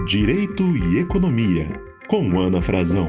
Direito e Economia, com Ana Frazão.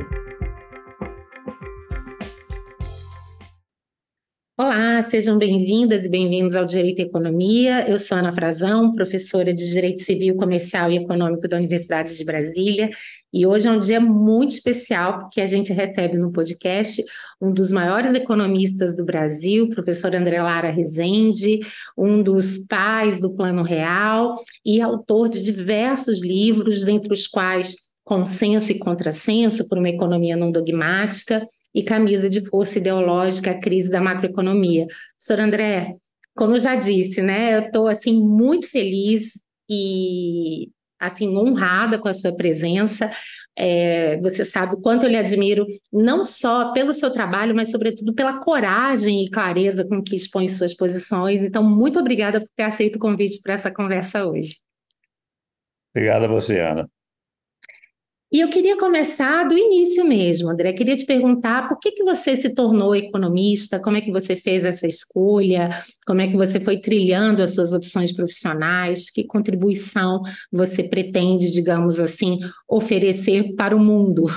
Olá, sejam bem-vindas e bem-vindos ao Direito e Economia. Eu sou Ana Frazão, professora de Direito Civil, Comercial e Econômico da Universidade de Brasília. E hoje é um dia muito especial, porque a gente recebe no podcast um dos maiores economistas do Brasil, professor André Lara Rezende, um dos pais do Plano Real e autor de diversos livros, dentre os quais Consenso e Contrassenso por uma Economia Não Dogmática e Camisa de Força Ideológica, a Crise da Macroeconomia. Professor André, como eu já disse, né, eu estou assim muito feliz e assim honrada com a sua presença. Você sabe o quanto eu lhe admiro, não só pelo seu trabalho, mas sobretudo pela coragem e clareza com que expõe suas posições. Então, muito obrigada por ter aceito o convite para essa conversa hoje. Obrigado a você, Ana. E eu queria começar do início mesmo, André. Queria te perguntar por que que você se tornou economista, como é que você fez essa escolha, como é que você foi trilhando as suas opções profissionais, que contribuição você pretende, digamos assim, oferecer para o mundo?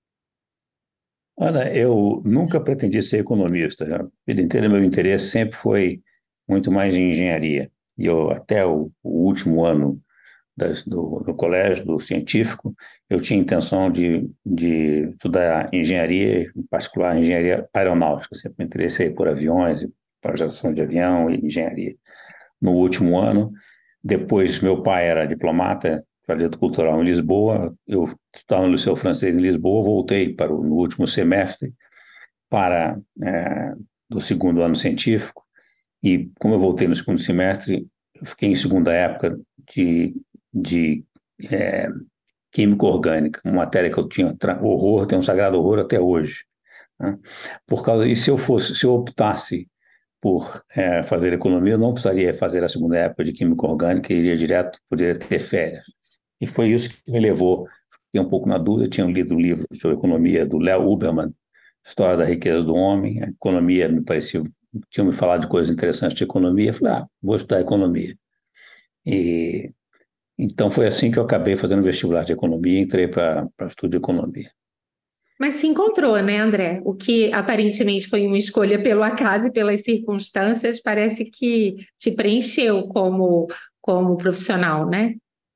Ana, eu nunca pretendi ser economista. A vida inteira, meu interesse sempre foi muito mais em engenharia. E eu, até o último ano do colégio, do científico, eu tinha intenção de estudar engenharia, em particular engenharia aeronáutica. Eu sempre me interessei por aviões, projeção de avião e engenharia. No último ano, depois, meu pai era diplomata, projeto cultural em Lisboa, eu estava no Liceu Francês em Lisboa, voltei no último semestre para do segundo ano científico, e como eu voltei no segundo semestre, eu fiquei em segunda época de é, química orgânica, uma matéria que eu tinha horror, tenho um sagrado horror até hoje, né? E se eu optasse por fazer economia, eu não precisaria fazer a segunda época de química orgânica e iria direto, poderia ter férias. E foi isso que me levou, fiquei um pouco na dúvida, eu tinha lido um livro sobre economia do Léo Huberman, História da Riqueza do Homem, a economia me parecia, tinha me falado de coisas interessantes de economia, eu falei, vou estudar economia. E então foi assim que eu acabei fazendo vestibular de economia e entrei para estudo de economia. Mas se encontrou, né, André? O que aparentemente foi uma escolha pelo acaso e pelas circunstâncias, parece que te preencheu como profissional, né?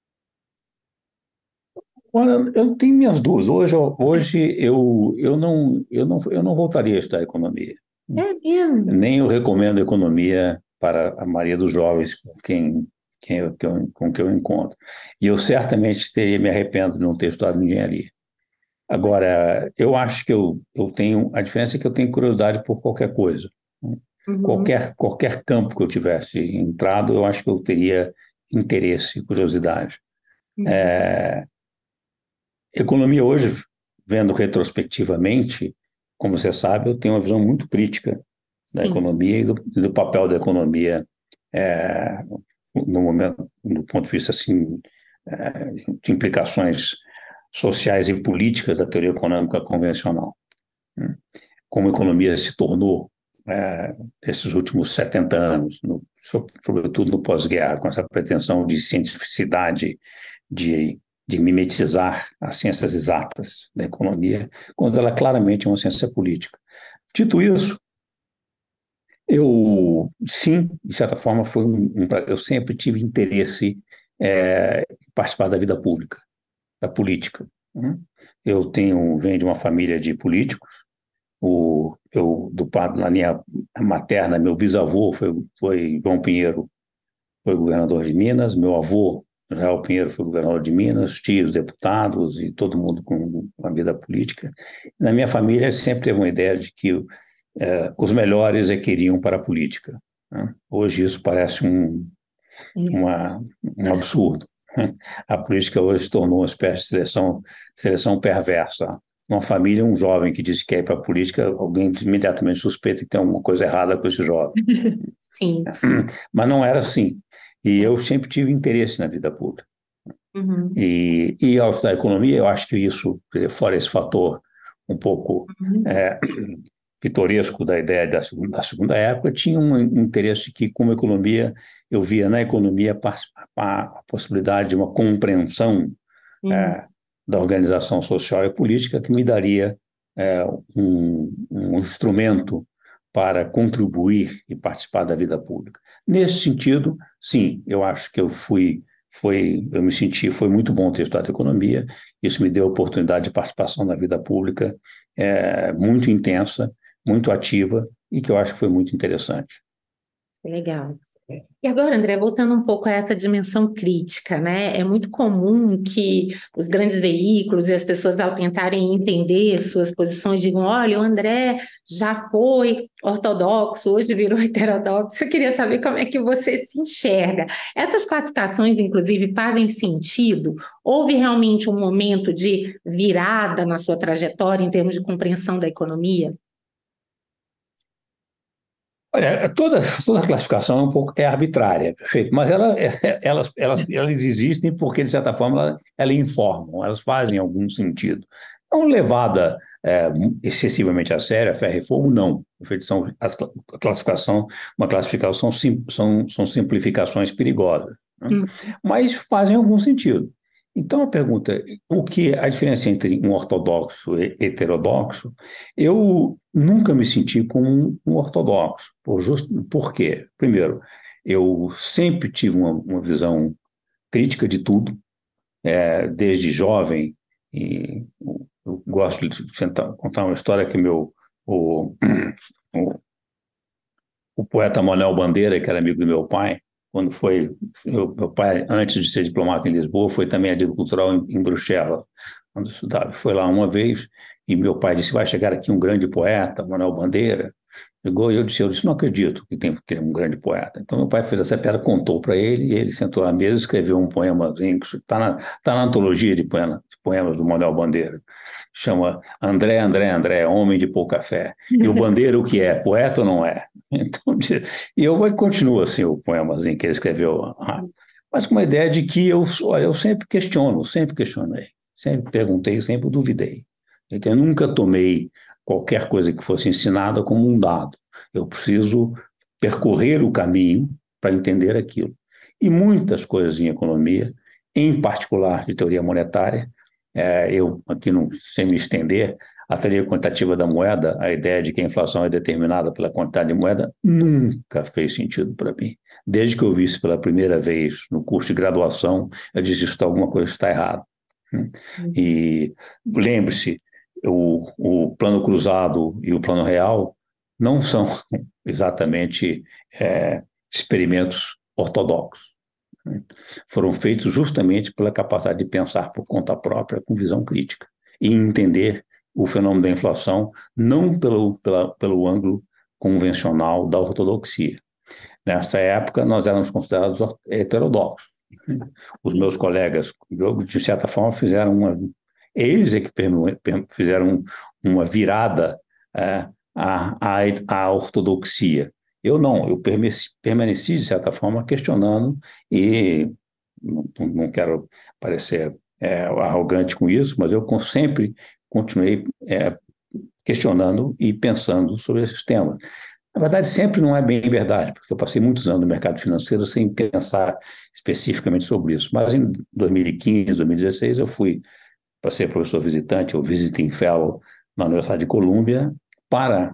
Olha, eu tenho minhas dúvidas. Hoje eu não voltaria a estudar economia. É mesmo. Nem eu recomendo economia para a maioria dos jovens com quem eu encontro. E eu certamente me arrependo de não ter estudado engenharia. Agora, eu acho que eu tenho, a diferença é que eu tenho curiosidade por qualquer coisa. Uhum. Qualquer campo que eu tivesse entrado, eu acho que eu teria interesse, curiosidade. Uhum. Economia hoje, vendo retrospectivamente, como você sabe, eu tenho uma visão muito crítica da Sim. economia e do papel da economia é, no momento, do ponto de vista assim, de implicações sociais e políticas da teoria econômica convencional, né? Como a economia se tornou esses últimos 70 anos, sobretudo no pós-guerra, com essa pretensão de cientificidade, de, de mimetizar as ciências exatas da economia, quando ela claramente é uma ciência política. Dito isso, eu, sim, de certa forma, eu sempre tive interesse em participar da vida pública, da política, né? Venho de uma família de políticos. Na minha materna, meu bisavô foi João Pinheiro, foi governador de Minas, meu avô, Israel Pinheiro, foi governador de Minas, tios, deputados e todo mundo com a vida política. Na minha família sempre teve uma ideia de que os melhores é que iriam para a política, né? Hoje isso parece uma, um absurdo, né? A política hoje se tornou uma espécie de seleção perversa. Uma família, um jovem que diz que quer ir para a política, alguém imediatamente suspeita que tem alguma coisa errada com esse jovem. Sim. Mas não era assim. E eu sempre tive interesse na vida pública. Uhum. E ao estudar economia, eu acho que isso, fora esse fator um pouco Uhum. é, pitoresco da ideia da segunda época, tinha um interesse que, como economia, eu via na economia a possibilidade de uma compreensão Uhum. da organização social e política que me daria um instrumento para contribuir e participar da vida pública. Nesse sentido, sim, eu acho que eu me senti, foi muito bom ter estudado economia, isso me deu a oportunidade de participação na vida pública muito intensa, muito ativa, e que eu acho que foi muito interessante. Legal. E agora, André, voltando um pouco a essa dimensão crítica, né? É muito comum que os grandes veículos e as pessoas, ao tentarem entender suas posições, digam: olha, o André já foi ortodoxo, hoje virou heterodoxo. Eu queria saber como é que você se enxerga. Essas classificações, inclusive, fazem sentido? Houve realmente um momento de virada na sua trajetória em termos de compreensão da economia? Olha, toda classificação é arbitrária, perfeito, mas elas existem porque, de certa forma, elas informam, elas fazem algum sentido. Não levada excessivamente a sério, a ferro e fogo, não. Perfeito, a classificação, uma classificação são simplificações perigosas, né? Hum. Mas fazem algum sentido. Então, a pergunta, o que a diferença entre um ortodoxo e heterodoxo? Eu nunca me senti como um ortodoxo. Por quê? Primeiro, eu sempre tive uma visão crítica de tudo, desde jovem, e eu gosto de contar uma história que o, o, o poeta Manuel Bandeira, que era amigo do meu pai, quando meu pai, antes de ser diplomata em Lisboa, foi também adido cultural em Bruxelas, quando estudava. Foi lá uma vez e meu pai disse: vai chegar aqui um grande poeta, Manuel Bandeira. Chegou e eu disse: não acredito que ele é um grande poeta. Então meu pai fez essa piada, contou para ele, e ele sentou à mesa e escreveu um poemazinho que está na antologia de poemas do Manuel Bandeira. Chama André, André, André, Homem de Pouca Fé. E o Bandeira o que é? Poeta ou não é? Então, e eu continuo assim o poemazinho que ele escreveu, mas com uma ideia de que eu sempre questiono, sempre questionei, sempre perguntei, sempre duvidei. Então, eu nunca tomei qualquer coisa que fosse ensinada como um dado. Eu preciso percorrer o caminho para entender aquilo. E muitas coisas em economia, em particular de teoria monetária, eu aqui não, sem me estender, a teoria quantitativa da moeda, a ideia de que a inflação é determinada pela quantidade de moeda, nunca fez sentido para mim. Desde que eu vi isso pela primeira vez no curso de graduação, eu disse: alguma coisa está errada. E lembre-se, o plano cruzado e o plano real não são exatamente experimentos ortodoxos. Foram feitos justamente pela capacidade de pensar por conta própria, com visão crítica, e entender o fenômeno da inflação não pelo ângulo convencional da ortodoxia. Nessa época, nós éramos considerados heterodoxos. Os meus colegas, de certa forma, eles é que fizeram uma virada à ortodoxia. Eu não, eu permaneci, de certa forma, questionando e não quero parecer arrogante com isso, mas eu sempre continuei questionando e pensando sobre esses temas. Na verdade, sempre não é bem verdade, porque eu passei muitos anos no mercado financeiro sem pensar especificamente sobre isso. Mas em 2015, 2016, eu fui para ser professor visitante, ou visiting fellow, na Universidade de Colômbia, para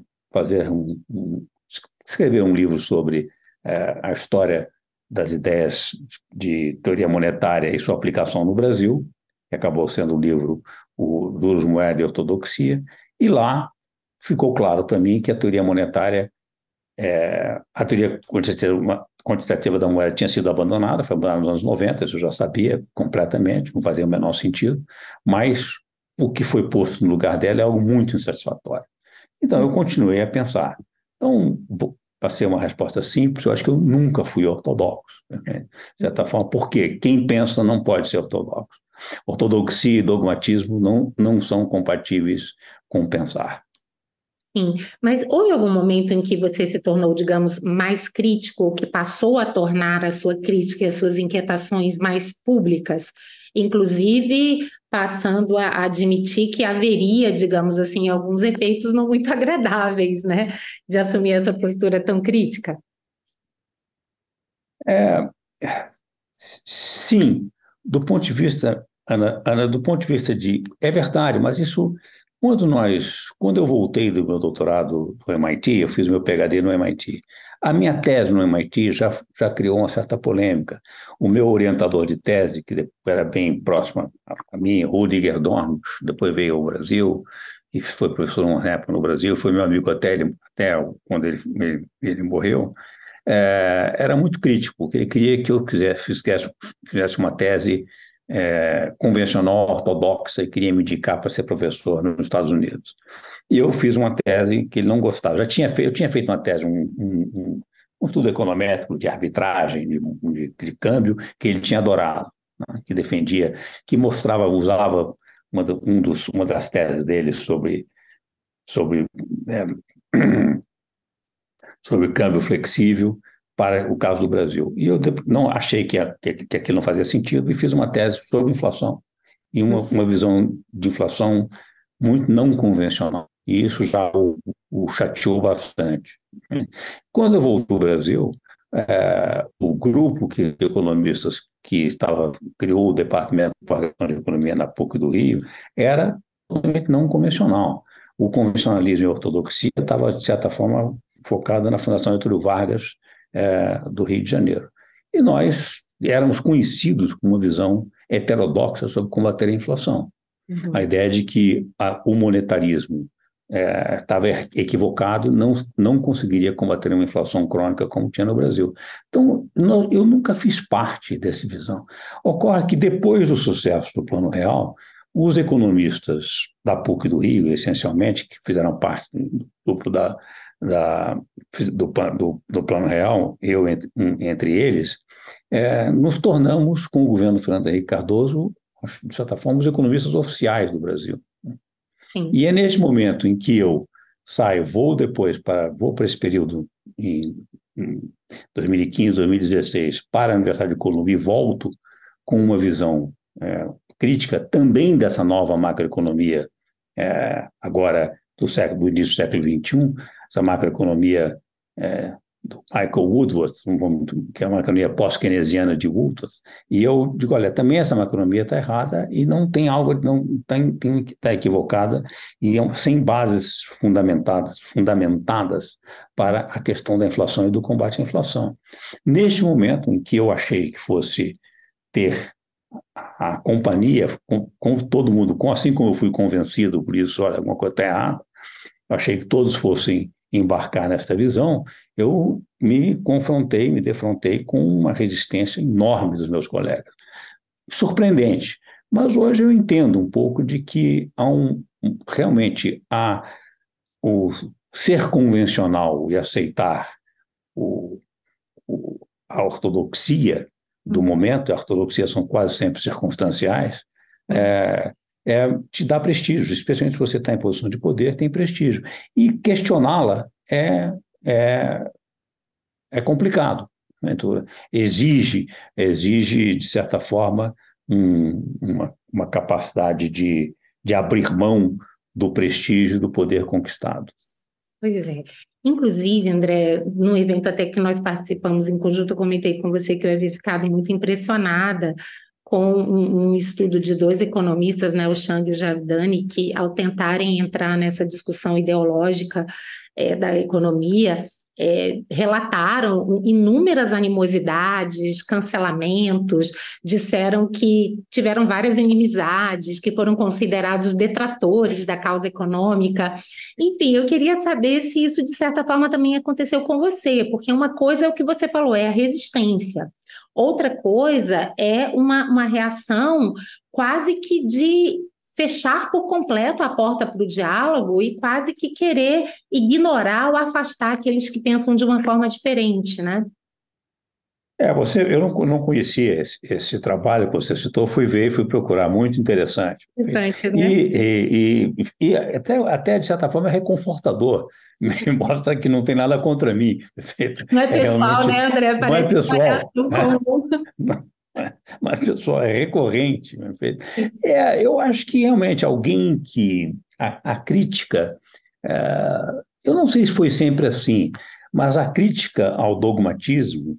escrever um livro sobre a história das ideias de teoria monetária e sua aplicação no Brasil, que acabou sendo o livro O Juros, Moeda e Ortodoxia, e lá ficou claro para mim que a teoria monetária, a teoria quantitativa da moeda tinha sido abandonada, foi abandonada nos anos 90, isso eu já sabia completamente, não fazia o menor sentido, mas o que foi posto no lugar dela é algo muito insatisfatório. Então, eu continuei a pensar. Então, para ser uma resposta simples, eu acho que eu nunca fui ortodoxo, né? De certa forma, porque quem pensa não pode ser ortodoxo. Ortodoxia e dogmatismo não são compatíveis com pensar. Sim, mas houve algum momento em que você se tornou, digamos, mais crítico, ou que passou a tornar a sua crítica e as suas inquietações mais públicas, inclusive passando a admitir que haveria, digamos assim, alguns efeitos não muito agradáveis, né, de assumir essa postura tão crítica? É, sim, do ponto de vista Ana, do ponto de vista de... É verdade, mas isso... Quando eu voltei do meu doutorado do MIT, eu fiz meu PhD no MIT. A minha tese no MIT já criou uma certa polêmica. O meu orientador de tese, que era bem próximo a mim, Rudiger Dornbusch, depois veio ao Brasil e foi professor uma época no Brasil, foi meu amigo até quando ele morreu, era muito crítico, porque ele queria que eu fizesse uma tese convencional, ortodoxa, e queria me indicar para ser professor nos Estados Unidos. E eu fiz uma tese que ele não gostava. Eu tinha feito uma tese, um estudo econométrico de arbitragem, de câmbio, que ele tinha adorado, né, que defendia, que mostrava, usava uma das teses dele sobre, é, sobre câmbio flexível para o caso do Brasil. E eu não achei que aquilo não fazia sentido e fiz uma tese sobre inflação e uma visão de inflação muito não convencional. E isso já o chateou bastante. Quando eu voltei ao Brasil, o grupo de economistas que criou o Departamento de Economia na PUC do Rio era totalmente não convencional. O convencionalismo e a ortodoxia estava, de certa forma, focada na Fundação Getúlio Vargas, do Rio de Janeiro. E nós éramos conhecidos com uma visão heterodoxa sobre combater a inflação. Uhum. A ideia de que o monetarismo estava equivocado, não conseguiria combater uma inflação crônica como tinha no Brasil. Então, eu nunca fiz parte dessa visão. Ocorre que depois do sucesso do Plano Real, os economistas da PUC do Rio, essencialmente, que fizeram parte do grupo do Plano Real, eu entre eles, nos tornamos, com o governo Fernando Henrique Cardoso, de certa forma, os economistas oficiais do Brasil. Sim. E é nesse momento em que eu saio, vou para esse período em 2015, 2016, para a Universidade de Colômbia e volto com uma visão crítica também dessa nova macroeconomia, agora do início do século XXI, essa macroeconomia do Michael Woodworth, que é uma macroeconomia pós-keynesiana de Woodworth, e eu digo, olha, também essa macroeconomia está errada e não tem algo, não está equivocada e sem bases fundamentadas para a questão da inflação e do combate à inflação. Neste momento em que eu achei que fosse ter a companhia, com todo mundo, assim como eu fui convencido por isso, olha, alguma coisa está errada, eu achei que todos fossem embarcar nesta visão, eu me defrontei com uma resistência enorme dos meus colegas. Surpreendente, mas hoje eu entendo um pouco de que realmente o ser convencional e aceitar a ortodoxia do momento, a ortodoxia são quase sempre circunstanciais, te dá prestígio, especialmente se você está em posição de poder, tem prestígio. E questioná-la é complicado. Então, exige, de certa forma, uma capacidade de abrir mão do prestígio do poder conquistado. Pois é. Inclusive, André, no evento até que nós participamos em conjunto, eu comentei com você que eu havia ficado muito impressionada com um estudo de dois economistas, né, o Chang e o Javdani, que ao tentarem entrar nessa discussão ideológica da economia, relataram inúmeras animosidades, cancelamentos, disseram que tiveram várias inimizades, que foram considerados detratores da causa econômica. Enfim, eu queria saber se isso, de certa forma, também aconteceu com você, porque uma coisa é o que você falou, é a resistência. Outra coisa é uma reação quase que de fechar por completo a porta para o diálogo e quase que querer ignorar ou afastar aqueles que pensam de uma forma diferente, né? Eu não conhecia esse trabalho que você citou, fui ver e fui procurar, muito interessante. Interessante, né? E até, de certa forma, é reconfortador, me mostra que não tem nada contra mim. Não é pessoal, né, André? Não é pessoal. Comum. Mas, pessoal, é recorrente. Eu acho que realmente alguém que a crítica, eu não sei se foi sempre assim, mas a crítica ao dogmatismo,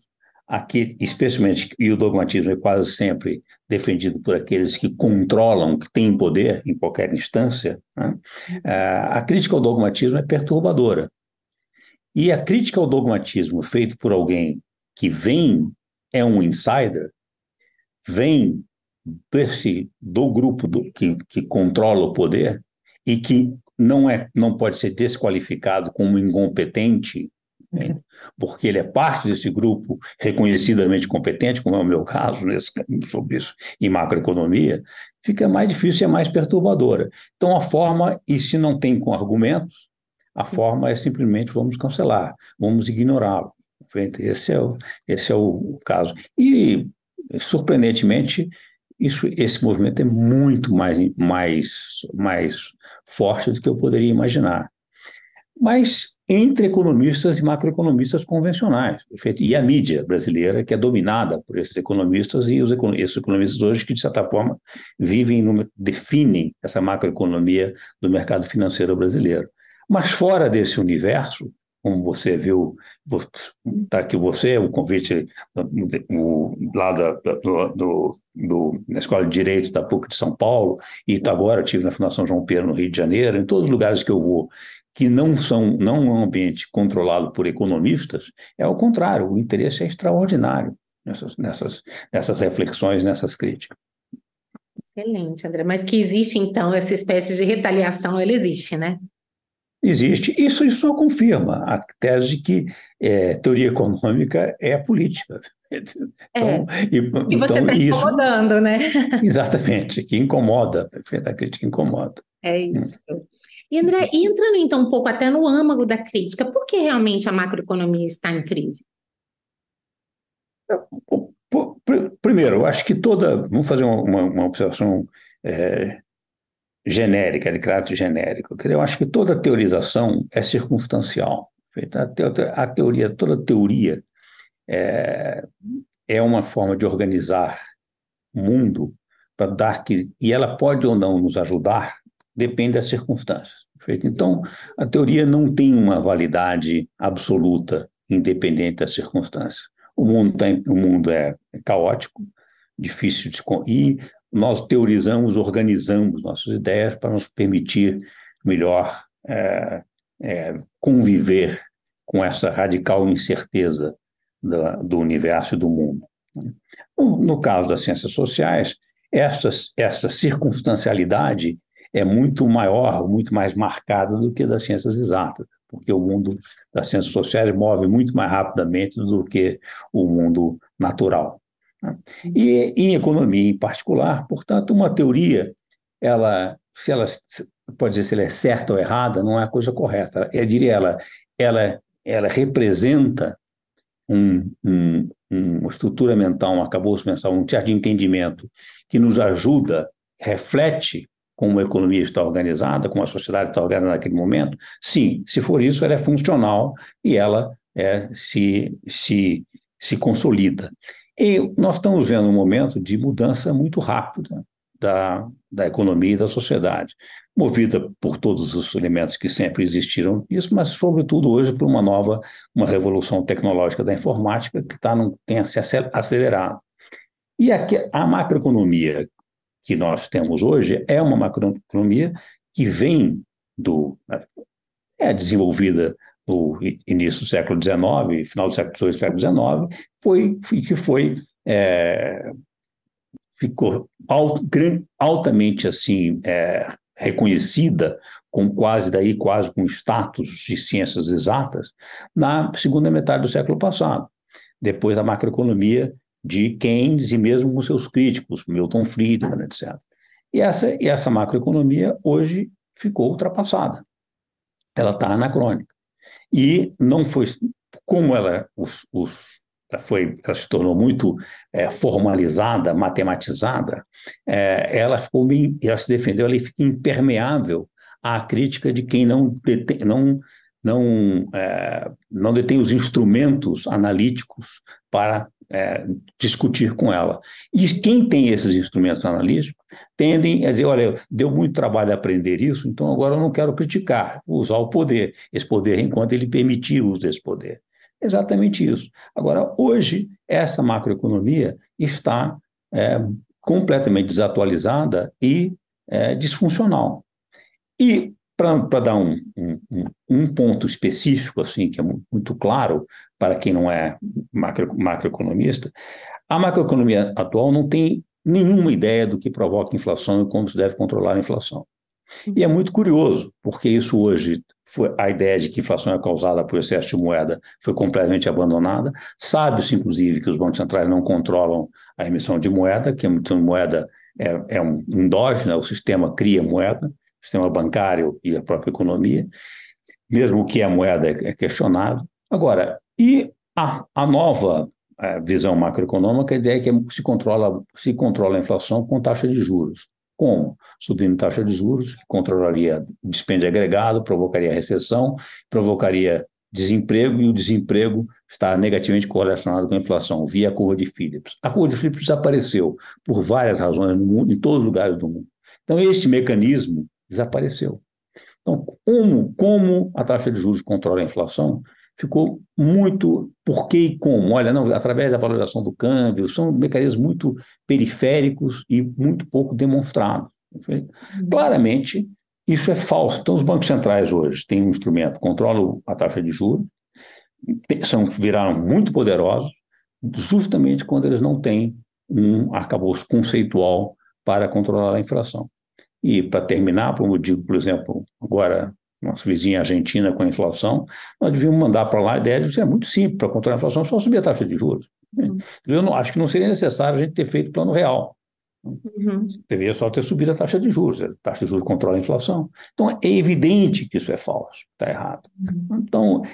aqui, especialmente, e o dogmatismo é quase sempre defendido por aqueles que controlam, que têm poder em qualquer instância, né? A crítica ao dogmatismo é perturbadora. E a crítica ao dogmatismo feita por alguém que é um insider, vem do grupo que controla o poder e que não pode ser desqualificado como incompetente, né? Porque ele é parte desse grupo reconhecidamente competente, como é o meu caso sobre isso em macroeconomia, fica mais difícil e é mais perturbadora. Então, a forma, e se não tem com argumentos, a forma é simplesmente vamos cancelar, vamos ignorá-lo. Esse é o caso. E, surpreendentemente, esse movimento é muito mais forte do que eu poderia imaginar. Mas entre economistas e macroeconomistas convencionais. Perfeito? E a mídia brasileira, que é dominada por esses economistas, e esses economistas hoje que, de certa forma, definem essa macroeconomia do mercado financeiro brasileiro. Mas fora desse universo, como você viu, está aqui o convite lá na Escola de Direito da PUC de São Paulo, e agora eu estive na Fundação João Pedro, no Rio de Janeiro, em todos os lugares que eu vou, que não é um ambiente controlado por economistas, é ao contrário, o interesse é extraordinário nessas reflexões, nessas críticas. Excelente, André. Mas que existe, então, essa espécie de retaliação, ela existe, né? Existe. Isso só confirma a tese de que teoria econômica é política. Então, que você está incomodando, né? Exatamente, que incomoda, a crítica incomoda. É isso. E, André, e entrando então um pouco até no âmago da crítica, por que realmente a macroeconomia está em crise? Primeiro, eu acho que vamos fazer uma observação genérica, de caráter genérico. Eu acho que toda teorização é circunstancial. Toda teoria é uma forma de organizar o mundo e ela pode ou não nos ajudar, depende das circunstâncias. Então, a teoria não tem uma validade absoluta, independente das circunstâncias. O mundo é caótico, difícil de e nós teorizamos, organizamos nossas ideias para nos permitir melhor conviver com essa radical incerteza do universo e do mundo. No caso das ciências sociais, essa circunstancialidade é muito maior, muito mais marcada do que das ciências exatas, porque o mundo das ciências sociais move muito mais rapidamente do que o mundo natural. E em economia em particular, portanto, uma teoria, se ela pode dizer se ela é certa ou errada, não é a coisa correta. Eu diria ela representa uma estrutura mental, um arcabouço mental, um certo de entendimento que nos ajuda, reflete como a economia está organizada, como a sociedade está organizada naquele momento. Sim, se for isso, ela é funcional e ela se consolida. E nós estamos vendo um momento de mudança muito rápida da economia e da sociedade, movida por todos os elementos que sempre existiram nisso, mas sobretudo hoje por uma revolução tecnológica da informática que tem se acelerado. E a macroeconomia que nós temos hoje é uma macroeconomia que vem desenvolvida no início do século XIX, final do século XVIII, século XIX, ficou altamente assim reconhecida quase com status de ciências exatas na segunda metade do século passado, depois da macroeconomia de Keynes e mesmo com seus críticos, Milton Friedman, etc. E essa macroeconomia hoje ficou ultrapassada. Ela está anacrônica. E não foi como ela se tornou muito formalizada, matematizada, ela se defendeu, ela fica impermeável à crítica de quem não detém os instrumentos analíticos para discutir com ela. E quem tem esses instrumentos analíticos tendem a dizer, olha, deu muito trabalho aprender isso, então agora eu não quero criticar, vou usar o poder, esse poder enquanto ele permitir o uso desse poder. Exatamente isso. Agora, hoje, essa macroeconomia está completamente desatualizada e disfuncional. E, para dar um ponto específico, assim, que é muito claro para quem não é macroeconomista, a macroeconomia atual não tem nenhuma ideia do que provoca inflação e como se deve controlar a inflação. E é muito curioso, porque isso hoje, a ideia de que inflação é causada por excesso de moeda foi completamente abandonada. Sabe-se, inclusive, que os bancos centrais não controlam a emissão de moeda, que a emissão de moeda é um endógeno, o sistema cria moeda, o sistema bancário e a própria economia, mesmo o que é moeda é questionado. Agora, e a nova visão macroeconômica, a ideia é que se controla a inflação com taxa de juros. Como? Subindo taxa de juros, que controlaria o dispêndio agregado, provocaria recessão, provocaria desemprego, e o desemprego está negativamente correlacionado com a inflação, via a curva de Phillips. A curva de Phillips desapareceu por várias razões no mundo, em todos os lugares do mundo. Então, este mecanismo desapareceu. Então, como a taxa de juros controla a inflação, ficou muito por que e como. Olha, não, através da valorização do câmbio, são mecanismos muito periféricos e muito pouco demonstrados. Claramente, isso é falso. Então, os bancos centrais hoje têm um instrumento, controlam a taxa de juros, viraram muito poderosos, justamente quando eles não têm um arcabouço conceitual para controlar a inflação. E, para terminar, como eu digo, por exemplo, agora, nossa vizinha Argentina com a inflação, nós devíamos mandar para lá a ideia de que é muito simples, para controlar a inflação, só subir a taxa de juros. Eu acho que não seria necessário a gente ter feito plano real. Deveria só ter subido a taxa de juros. A taxa de juros controla a inflação. Então, é evidente que isso é falso, está errado. Então,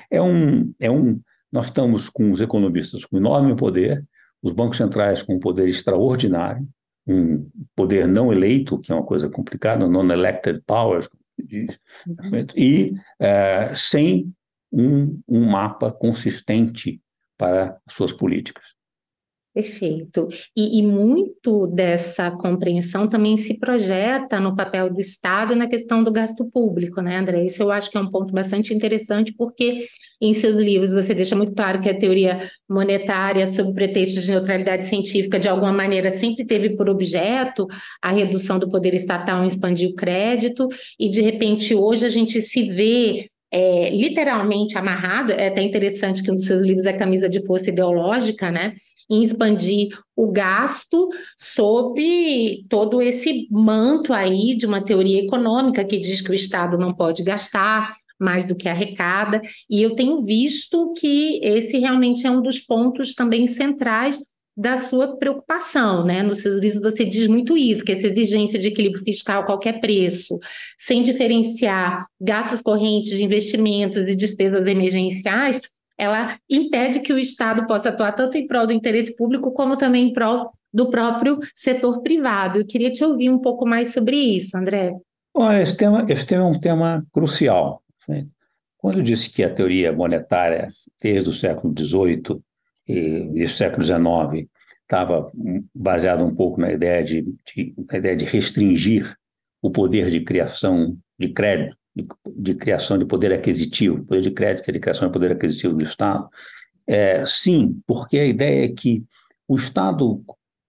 nós estamos com os economistas com enorme poder, os bancos centrais com um poder extraordinário, um poder não eleito, que é uma coisa complicada, non-elected powers, como se diz, e sem um mapa consistente para suas políticas. Perfeito. E muito dessa compreensão também se projeta no papel do Estado na questão do gasto público, né, André? Isso eu acho que é um ponto bastante interessante, porque em seus livros você deixa muito claro que a teoria monetária, sob pretexto de neutralidade científica, de alguma maneira sempre teve por objeto a redução do poder estatal em expandir o crédito, e de repente hoje a gente se vê literalmente amarrado. É até interessante que um dos seus livros é Camisa de Força Ideológica, né? Em expandir o gasto sob todo esse manto aí de uma teoria econômica que diz que o Estado não pode gastar mais do que arrecada, e eu tenho visto que esse realmente é um dos pontos também centrais da sua preocupação, né? Nos seus livros você diz muito isso, que essa exigência de equilíbrio fiscal a qualquer preço, sem diferenciar gastos correntes de investimentos e despesas emergenciais, ela impede que o Estado possa atuar tanto em prol do interesse público como também em prol do próprio setor privado. Eu queria te ouvir um pouco mais sobre isso, André. Olha, esse tema é um tema crucial. Quando eu disse que a teoria monetária, desde o século XVIII e o século XIX, estava baseada um pouco na ideia de restringir o poder de criação de crédito, de criação de poder aquisitivo, poder de crédito, que é de criação de poder aquisitivo do Estado. Sim, porque a ideia é que o Estado,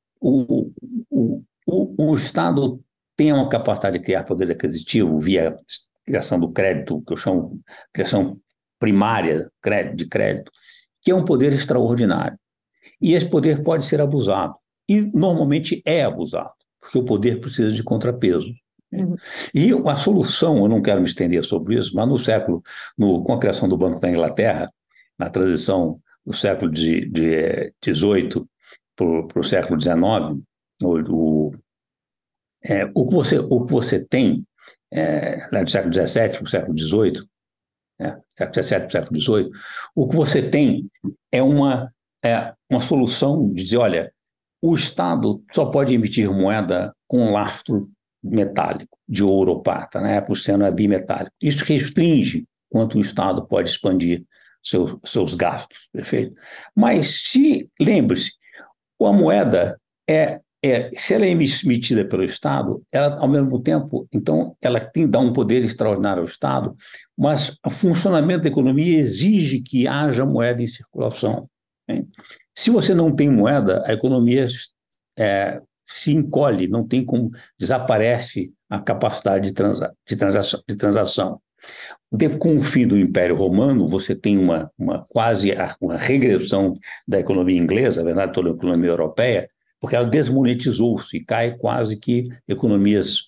o Estado tem uma capacidade de criar poder aquisitivo via criação do crédito, que eu chamo de criação primária de crédito, que é um poder extraordinário. E esse poder pode ser abusado. E normalmente é abusado, porque o poder precisa de contrapeso. E a solução, eu não quero me estender sobre isso, mas com a criação do Banco da Inglaterra, na transição do século XVIII para o século XIX, o que você tem, do século XVII para o século XVIII, século XVII para o século XVIII, o que você tem é uma solução de dizer, olha, o Estado só pode emitir moeda com lastro metálico, de ouro ou prata, na época o oceano é bimetálico. Isso restringe quanto o Estado pode expandir seus gastos, perfeito? Mas lembre-se, a moeda é se ela é emitida pelo Estado, ela, ao mesmo tempo, então, ela tem que dar um poder extraordinário ao Estado, mas o funcionamento da economia exige que haja moeda em circulação, né? Se você não tem moeda, a economia se encolhe, não tem como, desaparece a capacidade de transação. Com o fim do Império Romano, você tem quase uma regressão da economia inglesa, na verdade, toda a economia europeia, porque ela desmonetizou-se e cai quase que economias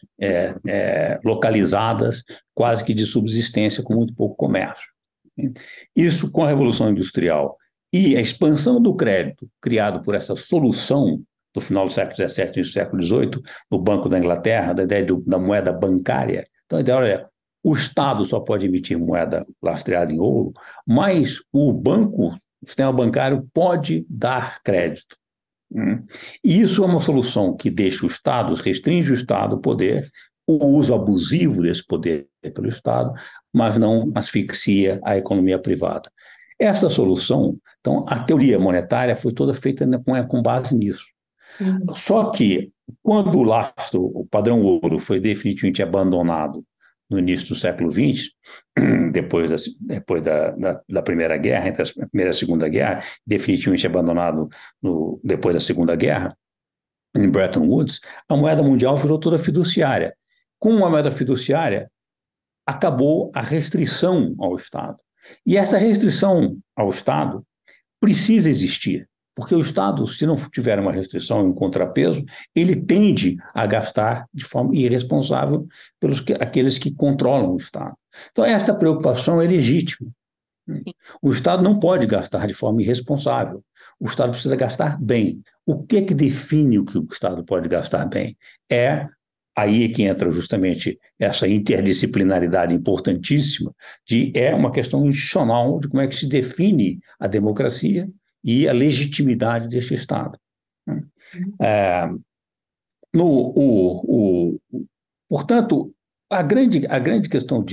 localizadas, quase que de subsistência, com muito pouco comércio. Isso, com a Revolução Industrial e a expansão do crédito criado por essa solução do final do século XVII e do século XVIII, no Banco da Inglaterra, da ideia da moeda bancária. Então, a ideia, o Estado só pode emitir moeda lastreada em ouro, mas o sistema bancário pode dar crédito. E isso é uma solução que deixa o Estado, restringe o Estado o poder, o uso abusivo desse poder pelo Estado, mas não asfixia a economia privada. Essa solução, então, a teoria monetária foi toda feita com base nisso. Só que, quando o lastro, o padrão ouro, foi definitivamente abandonado no início do século XX, depois da Primeira Guerra, entre a Primeira e a Segunda Guerra, definitivamente abandonado depois da Segunda Guerra, em Bretton Woods, a moeda mundial virou toda fiduciária. Com a moeda fiduciária, acabou a restrição ao Estado. E essa restrição ao Estado precisa existir, porque o Estado, se não tiver uma restrição e um contrapeso, ele tende a gastar de forma irresponsável pelos aqueles que controlam o Estado. Então, esta preocupação é legítima. Sim. O Estado não pode gastar de forma irresponsável. O Estado precisa gastar bem. O que define o que o Estado pode gastar bem? Aí que entra justamente essa interdisciplinaridade importantíssima, é uma questão institucional de como é que se define a democracia e a legitimidade deste Estado. Portanto, a grande questão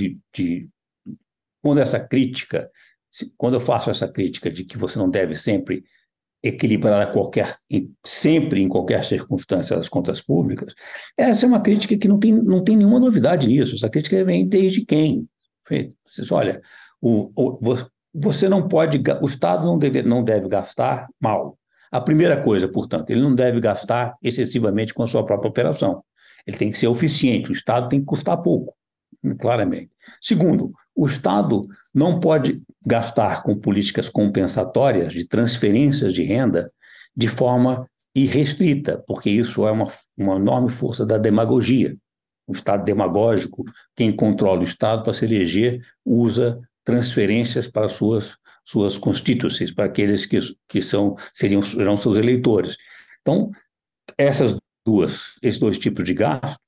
quando eu faço essa crítica de que você não deve sempre equilibrar sempre, em qualquer circunstância, as contas públicas, essa é uma crítica que não tem nenhuma novidade nisso. Essa crítica vem desde quem? Você diz, olha, você não pode, o Estado não deve gastar mal. A primeira coisa, portanto, ele não deve gastar excessivamente com a sua própria operação. Ele tem que ser eficiente, o Estado tem que custar pouco, claramente. Segundo, o Estado não pode gastar com políticas compensatórias de transferências de renda de forma irrestrita, porque isso é uma enorme força da demagogia. O Estado demagógico, quem controla o Estado para se eleger, usa transferências para suas constituencies, para aqueles que serão seus eleitores. Então, esses dois tipos de gasto,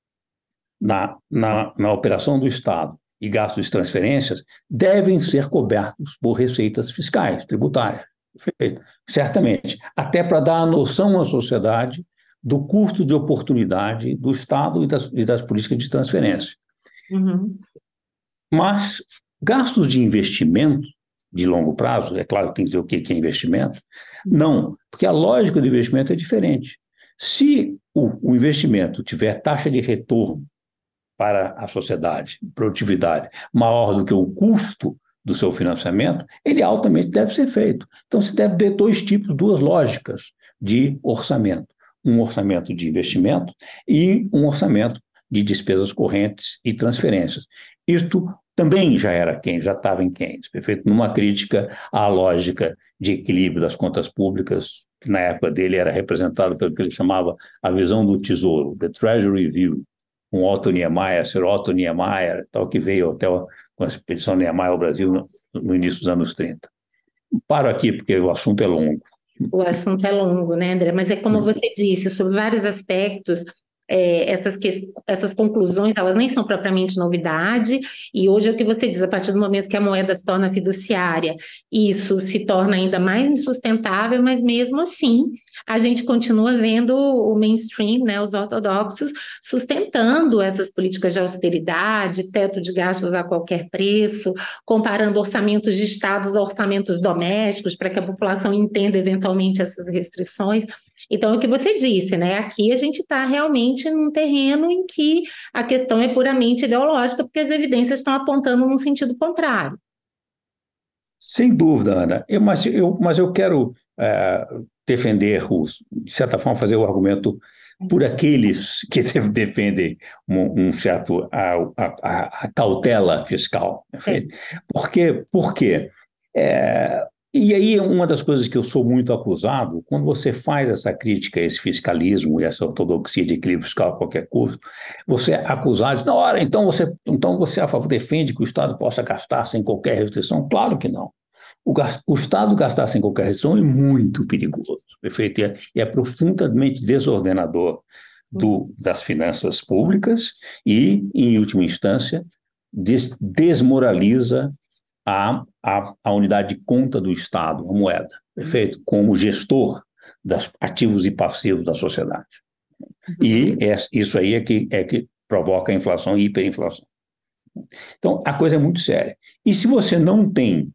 na operação do Estado e gastos de transferências, devem ser cobertos por receitas fiscais, tributárias. Certamente. Até para dar a noção à sociedade do custo de oportunidade do Estado e das políticas de transferência. Mas gastos de investimento de longo prazo, é claro que tem que dizer o que é investimento, não, porque a lógica do investimento é diferente. Se o investimento tiver taxa de retorno para a sociedade, produtividade, maior do que o custo do seu financiamento, ele altamente deve ser feito. Então, se deve ter duas lógicas de orçamento. Um orçamento de investimento e um orçamento de despesas correntes e transferências. Isto também já estava em Keynes, perfeito? Numa crítica à lógica de equilíbrio das contas públicas, que na época dele era representado pelo que ele chamava a visão do tesouro, the Treasury View, com Otto Niemeyer, Sir Otto Niemeyer, tal, que veio até com a expedição Niemeyer ao Brasil no início dos anos 30. Paro aqui, porque o assunto é longo. O assunto é longo, né, André? Mas é como você disse, sobre vários aspectos, essas conclusões, elas nem são propriamente novidade, e hoje é o que você diz, a partir do momento que a moeda se torna fiduciária, isso se torna ainda mais insustentável, mas mesmo assim, a gente continua vendo o mainstream, né, os ortodoxos, sustentando essas políticas de austeridade, teto de gastos a qualquer preço, comparando orçamentos de estados a orçamentos domésticos, para que a população entenda eventualmente essas restrições. Então, é o que você disse, né? Aqui a gente está realmente num terreno em que a questão é puramente ideológica, porque as evidências estão apontando num sentido contrário. Sem dúvida, Ana. Mas eu quero defender, de certa forma, fazer o argumento por aqueles que defendem um certo a cautela fiscal. É. Por quê? É, e aí, uma das coisas que eu sou muito acusado, quando você faz essa crítica a esse fiscalismo e essa ortodoxia de equilíbrio fiscal a qualquer custo, você é acusado de, na hora, então você a favor, defende que o Estado possa gastar sem qualquer restrição? Claro que não. O Estado gastar sem qualquer restrição é muito perigoso, perfeito? E é profundamente desordenador das finanças públicas e, em última instância, desmoraliza a unidade de conta do Estado, a moeda, perfeito? Como gestor dos ativos e passivos da sociedade. E isso aí é que provoca a inflação e hiperinflação. Então, a coisa é muito séria. E se você não tem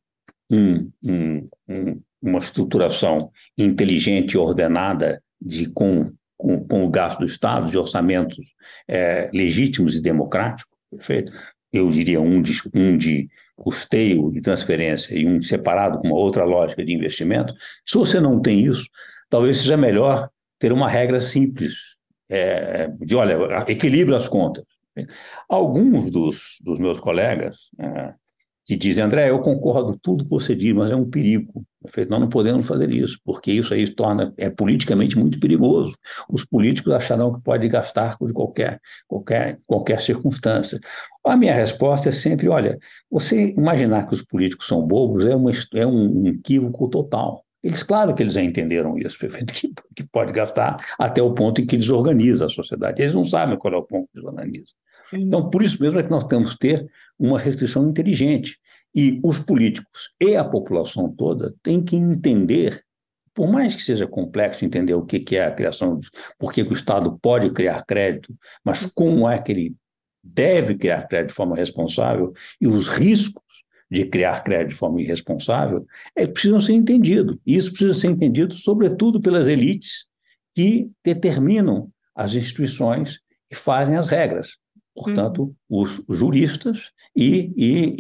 uma estruturação inteligente e ordenada com o gasto do Estado, de orçamentos legítimos e democráticos, perfeito? Eu diria um de custeio e transferência e um separado com uma outra lógica de investimento. Se você não tem isso, talvez seja melhor ter uma regra simples de, olha, equilibra as contas. Alguns dos meus colegas que dizem, André, eu concordo tudo que você diz, mas é um perigo. Nós não podemos fazer isso, porque isso aí é politicamente muito perigoso. Os políticos acharão que pode gastar de qualquer circunstância. A minha resposta é sempre, olha, você imaginar que os políticos são bobos é um equívoco total. Claro que eles já entenderam isso, perfeito, que pode gastar até o ponto em que desorganiza a sociedade. Eles não sabem qual é o ponto que desorganiza. Então, por isso mesmo é que nós temos que ter uma restrição inteligente. E os políticos e a população toda têm que entender, por mais que seja complexo entender o que é a criação, por que o Estado pode criar crédito, mas como é que ele deve criar crédito de forma responsável e os riscos de criar crédito de forma irresponsável, precisam ser entendidos. E isso precisa ser entendido, sobretudo, pelas elites que determinam as instituições e fazem as regras. Portanto, os juristas e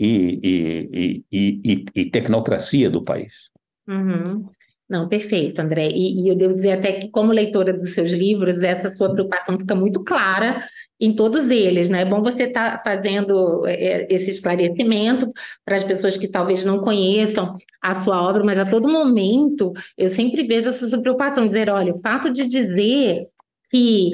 tecnocracia do país. Uhum. Não, perfeito, André. E eu devo dizer até que, como leitora dos seus livros, essa sua preocupação fica muito clara em todos eles, né? É bom você estar fazendo esse esclarecimento para as pessoas que talvez não conheçam a sua obra, mas a todo momento eu sempre vejo essa sua preocupação, dizer, olha, o fato de dizer que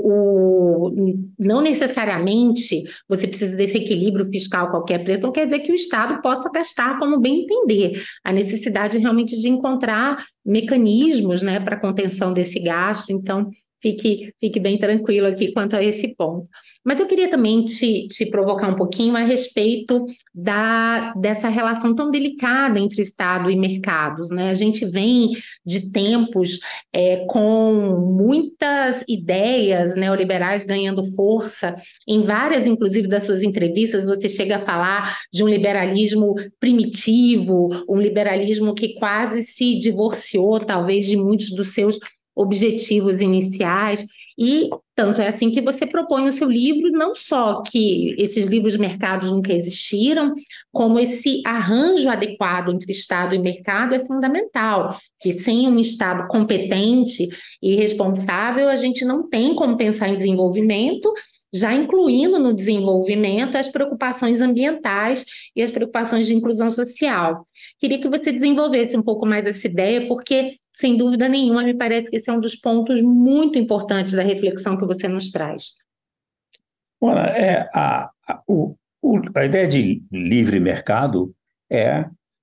não necessariamente você precisa desse equilíbrio fiscal a qualquer preço, não quer dizer que o Estado possa gastar como bem entender. A necessidade realmente de encontrar mecanismos, né, para contenção desse gasto. Então, fique bem tranquilo aqui quanto a esse ponto. Mas eu queria também te provocar um pouquinho a respeito dessa relação tão delicada entre Estado e mercados, né? A gente vem de tempos com muitas ideias neoliberais ganhando força. Em várias, inclusive, das suas entrevistas, você chega a falar de um liberalismo primitivo, um liberalismo que quase se divorciou, talvez, de muitos dos seus objetivos iniciais, e tanto é assim que você propõe no seu livro, não só que esses livros mercados nunca existiram, como esse arranjo adequado entre Estado e mercado é fundamental, que sem um Estado competente e responsável, a gente não tem como pensar em desenvolvimento, já incluindo no desenvolvimento as preocupações ambientais e as preocupações de inclusão social. Queria que você desenvolvesse um pouco mais essa ideia, porque, sem dúvida nenhuma, me parece que esse é um dos pontos muito importantes da reflexão que você nos traz. Olha, a ideia de livre mercado é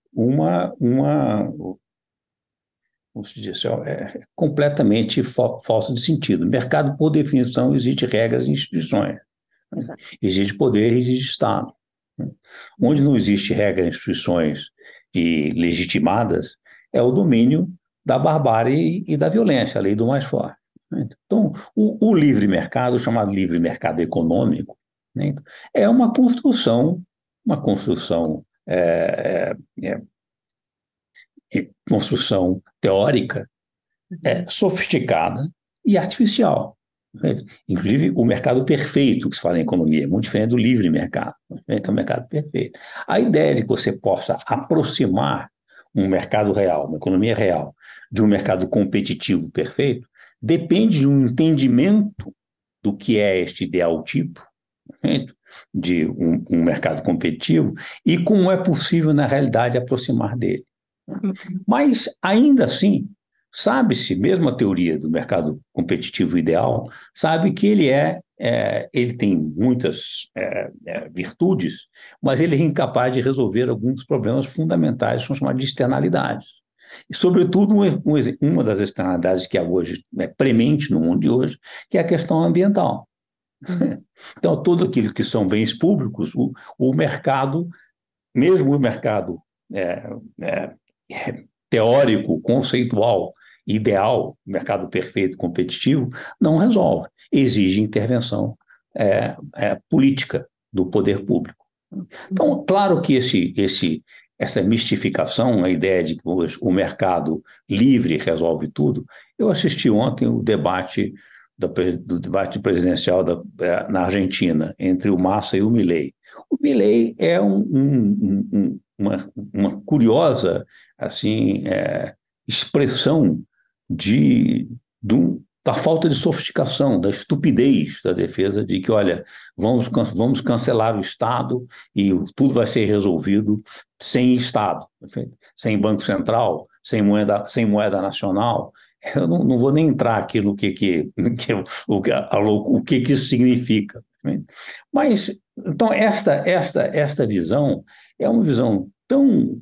como se diz, completamente falsa de sentido. Mercado, por definição, existe regras e instituições. Né? Existe poder e existe Estado. Né? Onde não existe regras e instituições legitimadas é o domínio da barbárie e da violência, a lei do mais forte. Né? Então, o livre mercado, chamado livre mercado econômico, né? É uma construção construção teórica sofisticada e artificial. Perfeito? Inclusive, o mercado perfeito, que se fala em economia, é muito diferente do livre mercado. Perfeito? É um mercado perfeito. A ideia de que você possa aproximar um mercado real, uma economia real, de um mercado competitivo perfeito, depende de um entendimento do que é este ideal tipo, perfeito? De um mercado competitivo e como é possível, na realidade, aproximar dele. Mas, ainda assim, sabe-se, mesmo a teoria do mercado competitivo ideal, sabe que ele tem muitas virtudes, mas ele é incapaz de resolver alguns problemas fundamentais, que são chamados de externalidades. E, sobretudo, uma das externalidades que é hoje premente no mundo de hoje, que é a questão ambiental. Então, tudo aquilo que são bens públicos, o mercado, mesmo o mercado é, é, teórico, conceitual, ideal, mercado perfeito, competitivo, não resolve. Exige intervenção política do poder público. Então, claro que essa mistificação, a ideia de que o mercado livre resolve tudo, eu assisti ontem o debate do debate presidencial na Argentina entre o Massa e o Milei. O Milei é uma curiosa assim, expressão da falta de sofisticação, da estupidez da defesa de que, olha, vamos cancelar o Estado e tudo vai ser resolvido sem Estado, sem Banco Central, sem moeda nacional. Eu não vou nem entrar aqui no que isso significa. Mas, então, esta visão é uma visão tão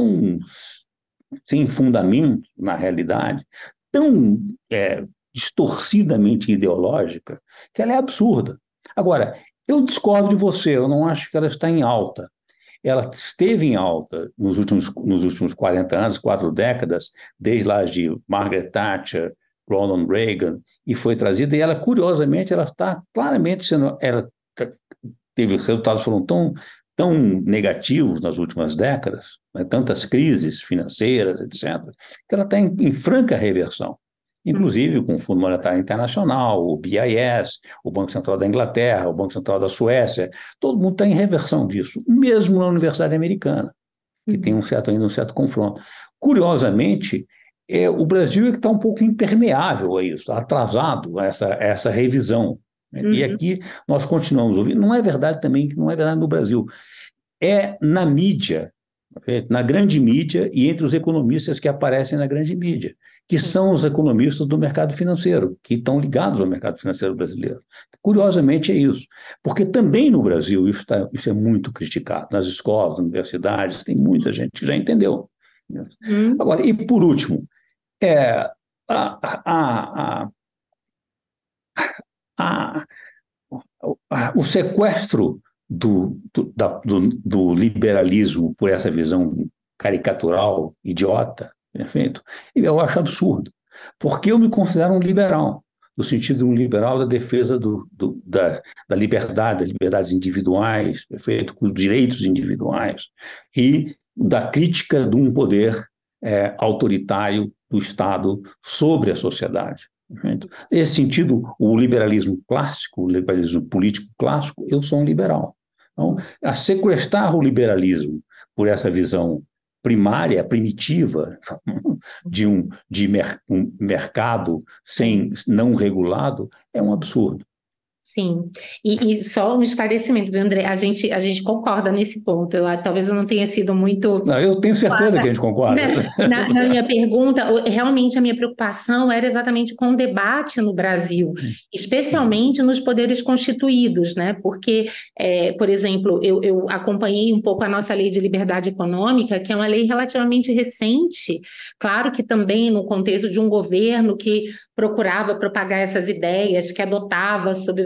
sem fundamento na realidade, tão distorcidamente ideológica, que ela é absurda. Agora, eu discordo de você, eu não acho que ela está em alta. Ela esteve em alta nos últimos 40 anos, 4 décadas, desde lá de Margaret Thatcher, Ronald Reagan, e foi trazida, e ela, curiosamente, ela está claramente sendo... Teve resultados foram tão negativos nas últimas décadas, tantas crises financeiras, etc., que ela está em franca reversão, inclusive com o Fundo Monetário Internacional, o BIS, o Banco Central da Inglaterra, o Banco Central da Suécia, todo mundo está em reversão disso, mesmo na Universidade Americana, que tem ainda um certo confronto. Curiosamente, o Brasil é que está um pouco impermeável a isso, atrasado a essa revisão. E aqui nós continuamos ouvindo. Não é verdade também que não é verdade no Brasil. É na mídia, na grande mídia e entre os economistas que aparecem na grande mídia, que são os economistas do mercado financeiro, que estão ligados ao mercado financeiro brasileiro. Curiosamente é isso, porque também no Brasil isso é muito criticado, nas escolas, nas universidades, tem muita gente que já entendeu. Agora, e por último, o sequestro do liberalismo por essa visão caricatural, idiota, perfeito, eu acho absurdo, porque eu me considero um liberal, no sentido de um liberal da defesa da liberdade, das liberdades individuais, perfeito, com os direitos individuais, e da crítica de um poder autoritário do Estado sobre a sociedade. Nesse sentido, o liberalismo clássico, o liberalismo político clássico, eu sou um liberal. Então, a sequestrar o liberalismo por essa visão primária, primitiva, de um mercado não regulado, é um absurdo. Sim, e só um esclarecimento, viu, André? A gente concorda nesse ponto. Talvez eu não tenha sido muito... Não, eu tenho certeza que a gente concorda. Na minha pergunta, realmente a minha preocupação era exatamente com o debate no Brasil, especialmente nos poderes constituídos, né? Porque, por exemplo, eu acompanhei um pouco a nossa Lei de Liberdade Econômica, que é uma lei relativamente recente, claro que também no contexto de um governo que procurava propagar essas ideias, que adotava sob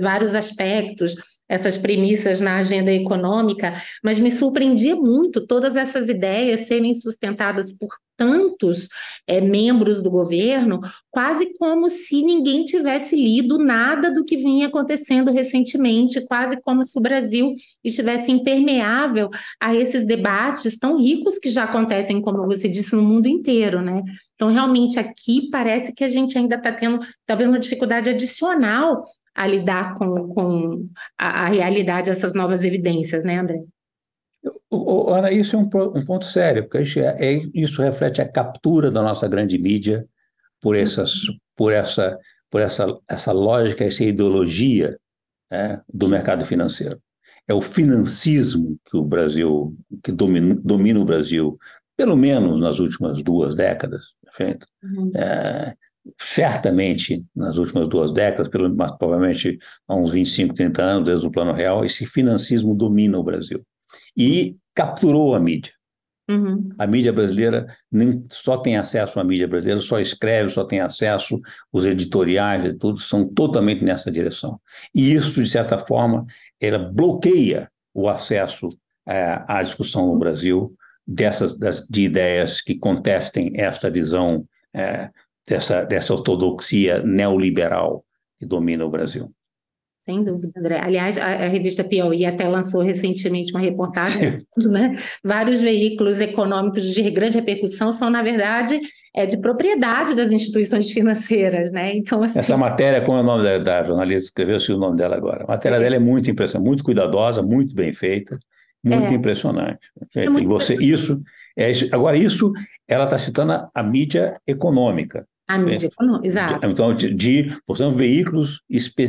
vários aspectos, essas premissas na agenda econômica, mas me surpreendia muito todas essas ideias serem sustentadas por tantos membros do governo, quase como se ninguém tivesse lido nada do que vinha acontecendo recentemente, quase como se o Brasil estivesse impermeável a esses debates tão ricos que já acontecem, como você disse, no mundo inteiro, né? Então, realmente, aqui parece que a gente ainda está tendo talvez uma dificuldade adicional a lidar com a realidade, essas novas evidências, né, André? Ana, isso é um ponto sério, porque isso reflete a captura da nossa grande mídia por por essa lógica, essa ideologia, né, do mercado financeiro. É o financismo que o Brasil, que domina o Brasil, pelo menos nas últimas 2 décadas, perfeito? Uhum. Certamente nas últimas 2 décadas, mas provavelmente há uns 25, 30 anos, desde o Plano Real, esse financismo domina o Brasil e capturou a mídia. Uhum. A mídia brasileira nem só tem acesso à mídia brasileira, só escreve, só tem acesso, os editoriais e tudo são totalmente nessa direção. E isso, de certa forma, ela bloqueia o acesso à discussão no Brasil de ideias que contestem esta visão dessa ortodoxia neoliberal que domina o Brasil. Sem dúvida, André. Aliás, a revista Piauí até lançou recentemente uma reportagem, né? Vários veículos econômicos de grande repercussão são, na verdade, de propriedade das instituições financeiras, né? Então, assim, essa matéria, como é o nome da jornalista que escreveu, eu sei o nome dela agora. A matéria dela é muito impressionante, muito cuidadosa, muito bem feita, muito impressionante. é muito Agora, isso, ela está citando a mídia econômica. a mídia econômica, exato. Então, portanto, veículos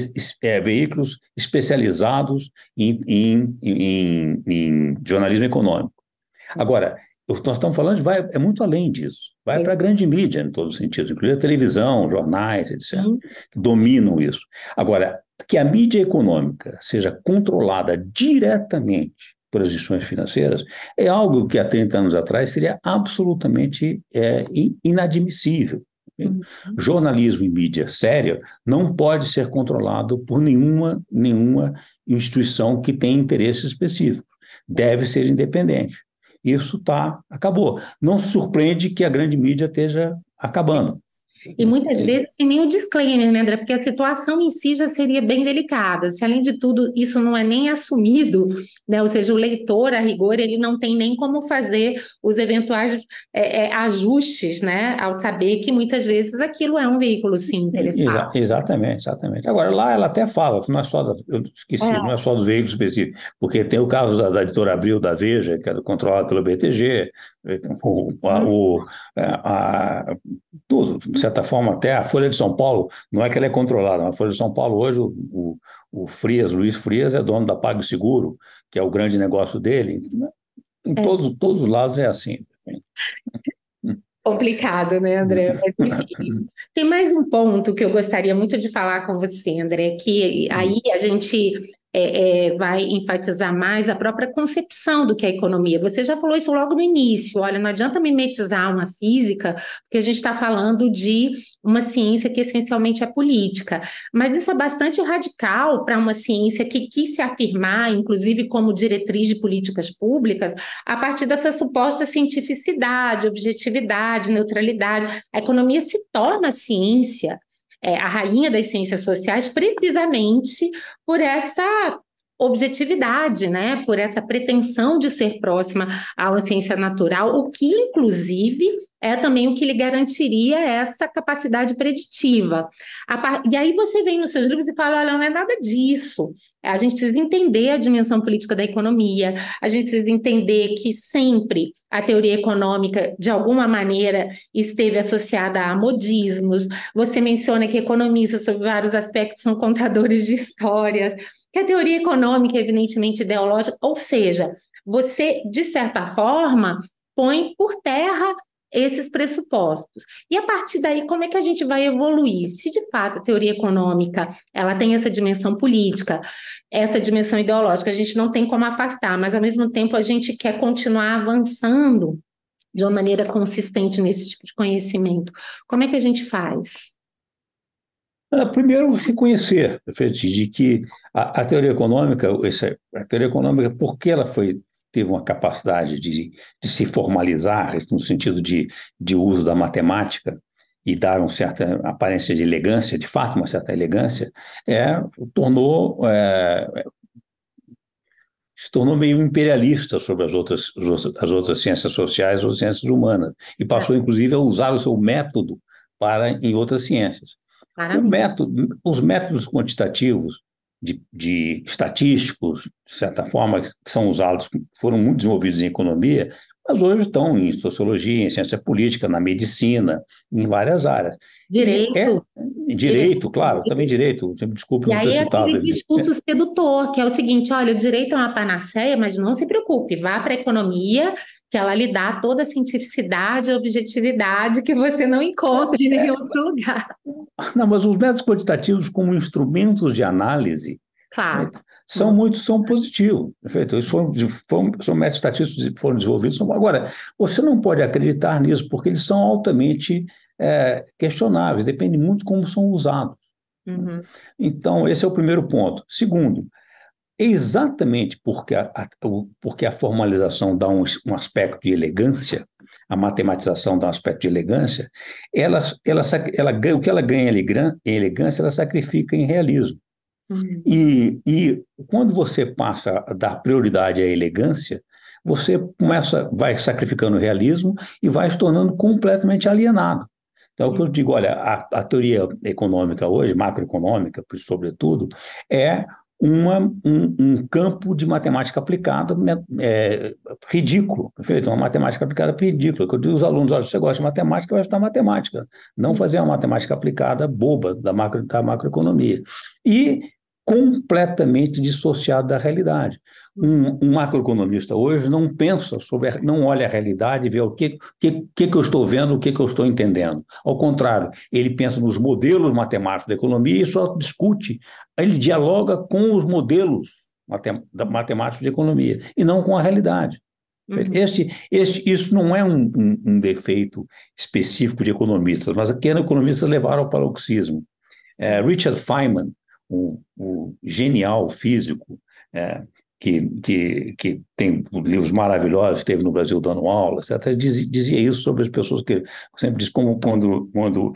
especializados em jornalismo econômico. Agora, nós estamos falando é muito além disso. Vai para a grande mídia, em todos os sentidos, inclusive a televisão, jornais, etc., que dominam isso. Agora, que a mídia econômica seja controlada diretamente por as instituições financeiras é algo que há 30 anos atrás seria absolutamente inadmissível. Jornalismo em mídia séria não pode ser controlado por nenhuma instituição que tenha interesses específicos. Deve ser independente. Isso acabou. Não se surpreende que a grande mídia esteja acabando. E muitas vezes sem nenhum disclaimer, né, André? Porque a situação em si já seria bem delicada. Se, além de tudo, isso não é nem assumido, né? Ou seja, o leitor, a rigor, ele não tem nem como fazer os eventuais ajustes, né? Ao saber que muitas vezes aquilo é um veículo, sim, interessado. Exatamente. Agora, lá ela até fala, não é só eu esqueci, não é só dos veículos específicos, porque tem o caso da editora Abril da Veja, que é controlada pelo BTG, tudo, de certa forma, até a Folha de São Paulo, não é que ela é controlada, mas a Folha de São Paulo hoje, o Frias, Luiz Frias, é dono da PagSeguro, que é o grande negócio dele. Em todos os lados é assim. Complicado, né, André? Mas, enfim, tem mais um ponto que eu gostaria muito de falar com você, André, que aí a gente vai enfatizar mais a própria concepção do que é economia. Você já falou isso logo no início. Olha, não adianta mimetizar uma física, porque a gente está falando de uma ciência que essencialmente é política. Mas isso é bastante radical para uma ciência que quis se afirmar, inclusive como diretriz de políticas públicas, a partir dessa suposta cientificidade, objetividade, neutralidade. A economia se torna ciência, a rainha das ciências sociais, precisamente por essa objetividade, né? Por essa pretensão de ser próxima a uma ciência natural, o que, inclusive, é também o que lhe garantiria essa capacidade preditiva. E aí você vem nos seus livros e fala, olha, não é nada disso. A gente precisa entender a dimensão política da economia, a gente precisa entender que sempre a teoria econômica, de alguma maneira, esteve associada a modismos. Você menciona que economistas, sob vários aspectos, são contadores de histórias, que a teoria econômica é evidentemente ideológica, ou seja, você, de certa forma, põe por terra esses pressupostos. E a partir daí, como é que a gente vai evoluir? Se de fato a teoria econômica ela tem essa dimensão política, essa dimensão ideológica, a gente não tem como afastar, mas ao mesmo tempo a gente quer continuar avançando de uma maneira consistente nesse tipo de conhecimento. Como é que a gente faz? Primeiro, reconhecer de que a teoria econômica, por que ela teve uma capacidade de se formalizar, no sentido de uso da matemática, e dar uma certa aparência de elegância, de fato, uma certa elegância, tornou se tornou meio imperialista sobre as outras ciências sociais ou ciências humanas, e passou, inclusive, a usar o seu método em outras ciências. Os métodos quantitativos de estatísticos, de certa forma, que são usados, foram muito desenvolvidos em economia, mas hoje estão em sociologia, em ciência política, na medicina, em várias áreas. Direito. Direito, claro, também direito. Desculpe E não ter aí é citado. aquele discurso sedutor, que é o seguinte: olha, o direito é uma panaceia, mas não se preocupe, vá para a economia, que ela lhe dá toda a cientificidade e objetividade que você não encontra em nenhum outro lugar. Não, mas os métodos quantitativos como instrumentos de análise, Claro. são positivos. Perfeito? São métodos estatísticos que foram desenvolvidos. Agora, você não pode acreditar nisso, porque eles são altamente questionáveis, depende muito de como são usados. Uhum. Então, esse é o primeiro ponto. Segundo, exatamente porque a formalização dá um aspecto de elegância, a matematização dá um aspecto de elegância, o que ela ganha em elegância, ela sacrifica em realismo. Uhum. E quando você passa a dar prioridade à elegância, você vai sacrificando o realismo e vai se tornando completamente alienado. Então, é o que eu digo, olha, a teoria econômica hoje, macroeconômica, sobretudo, é um campo de matemática aplicada ridículo, perfeito? Uma matemática aplicada ridícula. Eu digo aos alunos, olha, se você gosta de matemática, vai estudar matemática, não fazer uma matemática aplicada boba da macroeconomia. E completamente dissociado da realidade. Um macroeconomista hoje não pensa não olha a realidade e vê o que eu estou vendo, o que eu estou entendendo. Ao contrário, ele pensa nos modelos matemáticos da economia e só discute, ele dialoga com os modelos matemáticos de economia e não com a realidade. Uhum. Isso não é um defeito específico de economistas, mas aqui economistas levaram ao paroxismo. Richard Feynman, o genial físico, que tem livros maravilhosos, esteve no Brasil dando aula, etc., dizia isso sobre as pessoas, que sempre diz como quando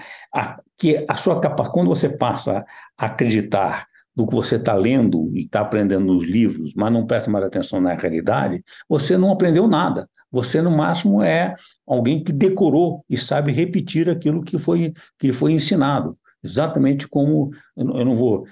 você passa a acreditar no que você está lendo e está aprendendo nos livros, mas não presta mais atenção na realidade, você não aprendeu nada. Você, no máximo, é alguém que decorou e sabe repetir aquilo que lhe foi ensinado. Exatamente como eu não vou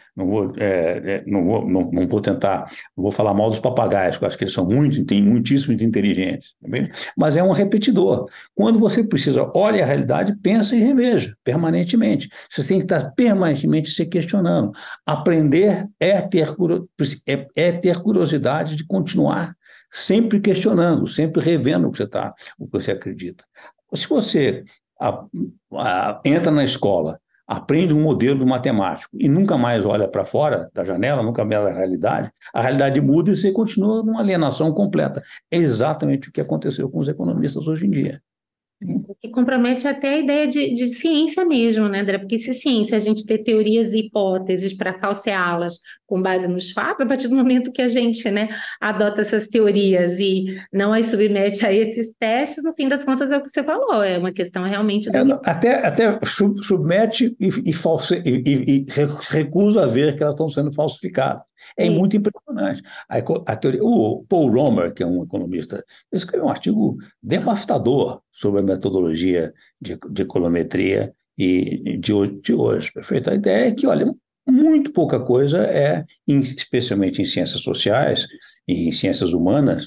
tentar, não vou falar mal dos papagaios, porque eu acho que eles são muitíssimo inteligentes, tá bem? Mas é um repetidor. Quando você precisa, olha a realidade, pensa e reveja permanentemente. Você tem que estar permanentemente se questionando. Aprender é ter curiosidade de continuar sempre questionando, sempre revendo o que você acredita. Se você entra na escola, aprende um modelo matemático e nunca mais olha para fora da janela, nunca mais olha a realidade muda e você continua numa alienação completa. É exatamente o que aconteceu com os economistas hoje em dia. Que compromete até a ideia de ciência mesmo, né, André? Porque se ciência a gente ter teorias e hipóteses para falseá-las com base nos fatos, a partir do momento que a gente, né, adota essas teorias e não as submete a esses testes, no fim das contas é o que você falou, é uma questão realmente do... Até submete e recusa a ver que elas estão sendo falsificadas. É muito impressionante. A teoria, o Paul Romer, que é um economista, escreveu um artigo devastador sobre a metodologia de econometria de hoje. Perfeito? A ideia é que, olha, muito pouca coisa especialmente em ciências sociais e em ciências humanas,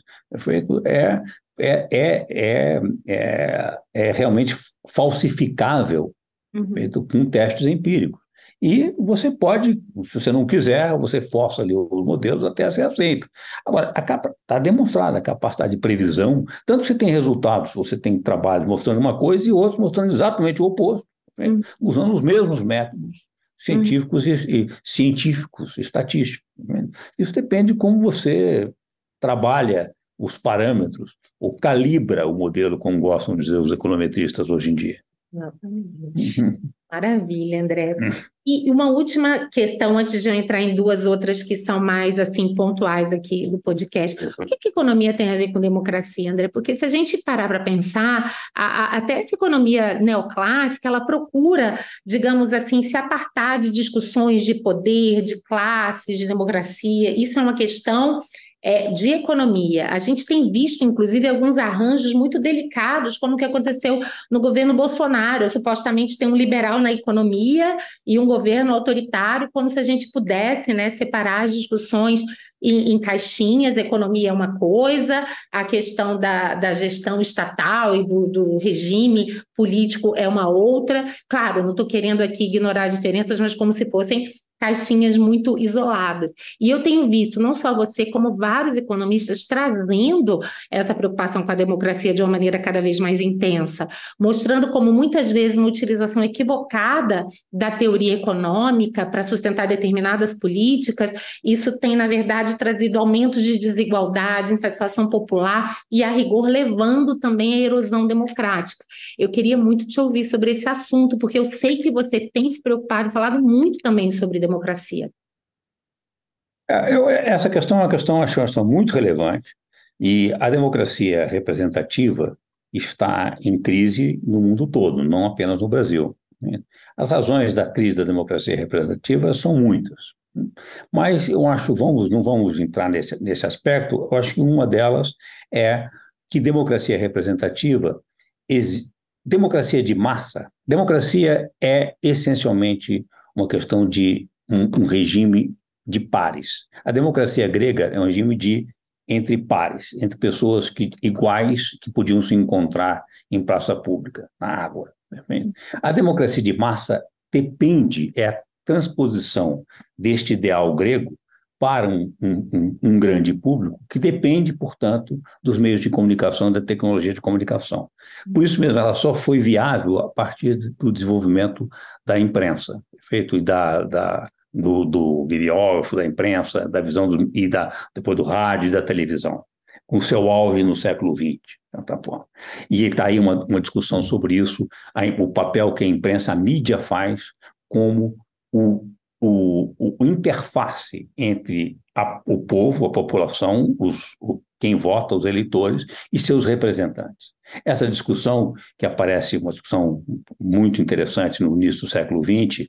é realmente falsificável, feito com testes empíricos. E você pode, se você não quiser, você força ali os modelos até ser aceito. Agora, está demonstrada a capacidade de previsão, tanto que você tem resultados, você tem trabalhos mostrando uma coisa e outros mostrando exatamente o oposto, usando os mesmos métodos científicos científicos, estatísticos. Isso depende de como você trabalha os parâmetros, ou calibra o modelo, como gostam de dizer os econometristas hoje em dia. Exatamente. Maravilha, André. E uma última questão, antes de eu entrar em duas outras que são mais assim pontuais aqui do podcast. O que que economia tem a ver com democracia, André? Porque se a gente parar para pensar, até essa economia neoclássica, ela procura, digamos assim, se apartar de discussões de poder, de classes, de democracia. Isso é uma questão de economia. A gente tem visto, inclusive, alguns arranjos muito delicados, como o que aconteceu no governo Bolsonaro. Supostamente tem um liberal na economia e um governo autoritário, como se a gente pudesse, né, separar as discussões em caixinhas. Economia é uma coisa, a questão da gestão estatal e do regime político é uma outra. Claro, não estou querendo aqui ignorar as diferenças, mas como se fossem caixinhas muito isoladas. E eu tenho visto, não só você, como vários economistas trazendo essa preocupação com a democracia de uma maneira cada vez mais intensa, mostrando como muitas vezes uma utilização equivocada da teoria econômica para sustentar determinadas políticas, isso tem, na verdade, trazido aumentos de desigualdade, insatisfação popular e, a rigor, levando também à erosão democrática. Eu queria muito te ouvir sobre esse assunto, porque eu sei que você tem se preocupado e falado muito também sobre democracia. Essa questão é uma questão, acho uma questão muito relevante, e a democracia representativa está em crise no mundo todo, não apenas no Brasil, né? As razões da crise da democracia representativa são muitas, né? Mas eu acho, não vamos entrar nesse aspecto, eu acho que uma delas é que democracia representativa, democracia de massa, democracia é essencialmente uma questão de um regime de pares. A democracia grega é um regime entre pares, entre pessoas iguais que podiam se encontrar em praça pública, na água. A democracia de massa é a transposição deste ideal grego para um grande público que depende, portanto, dos meios de comunicação, da tecnologia de comunicação. Por isso mesmo, ela só foi viável a partir do desenvolvimento da imprensa, feito do bibliógrafo, da imprensa, da visão depois do rádio e da televisão, com seu auge no século XX. E está aí uma discussão sobre isso, o papel que a imprensa, a mídia faz como o interface entre o povo, a população, quem vota, os eleitores e seus representantes. Essa discussão, que aparece uma discussão muito interessante no início do século XX,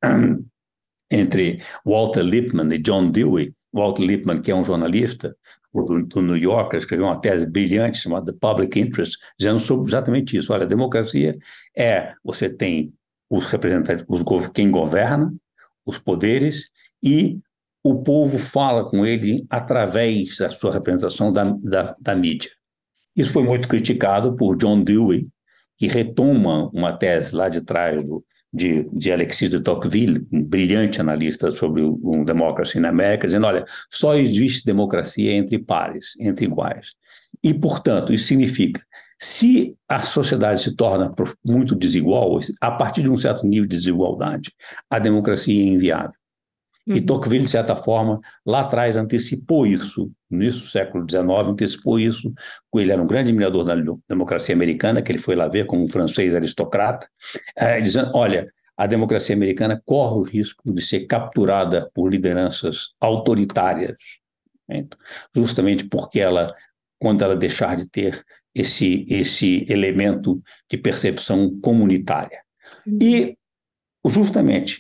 entre Walter Lippmann e John Dewey. Walter Lippmann, que é um jornalista do New Yorker, escreveu uma tese brilhante chamada The Public Interest, dizendo sobre exatamente isso. Olha, a democracia você tem os representantes, quem governa, os poderes, e o povo fala com ele através da sua representação da mídia. Isso foi muito criticado por John Dewey, que retoma uma tese lá de trás de Alexis de Tocqueville, um brilhante analista sobre o Democracy in America, dizendo, olha, só existe democracia entre pares, entre iguais. E, portanto, isso significa, se a sociedade se torna muito desigual, a partir de um certo nível de desigualdade, a democracia é inviável. E Tocqueville, de certa forma, lá atrás antecipou isso, no século XIX, antecipou isso, ele era um grande admirador da democracia americana, que ele foi lá ver como um francês aristocrata, dizendo, olha, a democracia americana corre o risco de ser capturada por lideranças autoritárias, né? Justamente porque quando ela deixar de ter esse elemento de percepção comunitária. E, justamente,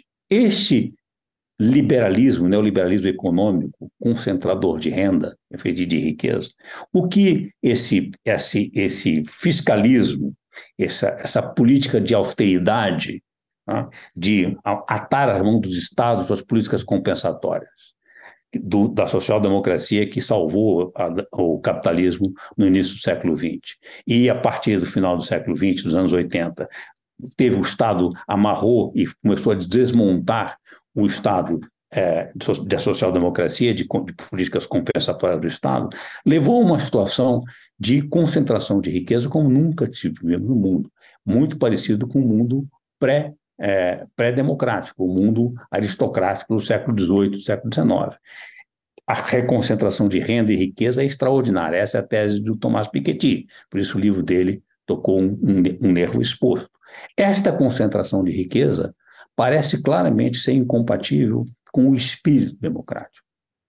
neoliberalismo econômico, concentrador de renda, feito de riqueza, o que esse fiscalismo, essa política de austeridade, de atar a mão dos estados para as políticas compensatórias, da social-democracia que salvou o capitalismo no início do século XX. E, a partir do final do século XX, dos anos 80, o Estado amarrou e começou a desmontar o Estado da social-democracia, de políticas compensatórias do Estado, levou a uma situação de concentração de riqueza como nunca tivemos no mundo, muito parecido com o mundo pré-democrático, o mundo aristocrático do século XVIII, do século XIX. A reconcentração de renda e riqueza é extraordinária. Essa é a tese do Thomas Piketty, por isso o livro dele, tocou um nervo exposto. Esta concentração de riqueza parece claramente ser incompatível com o espírito democrático.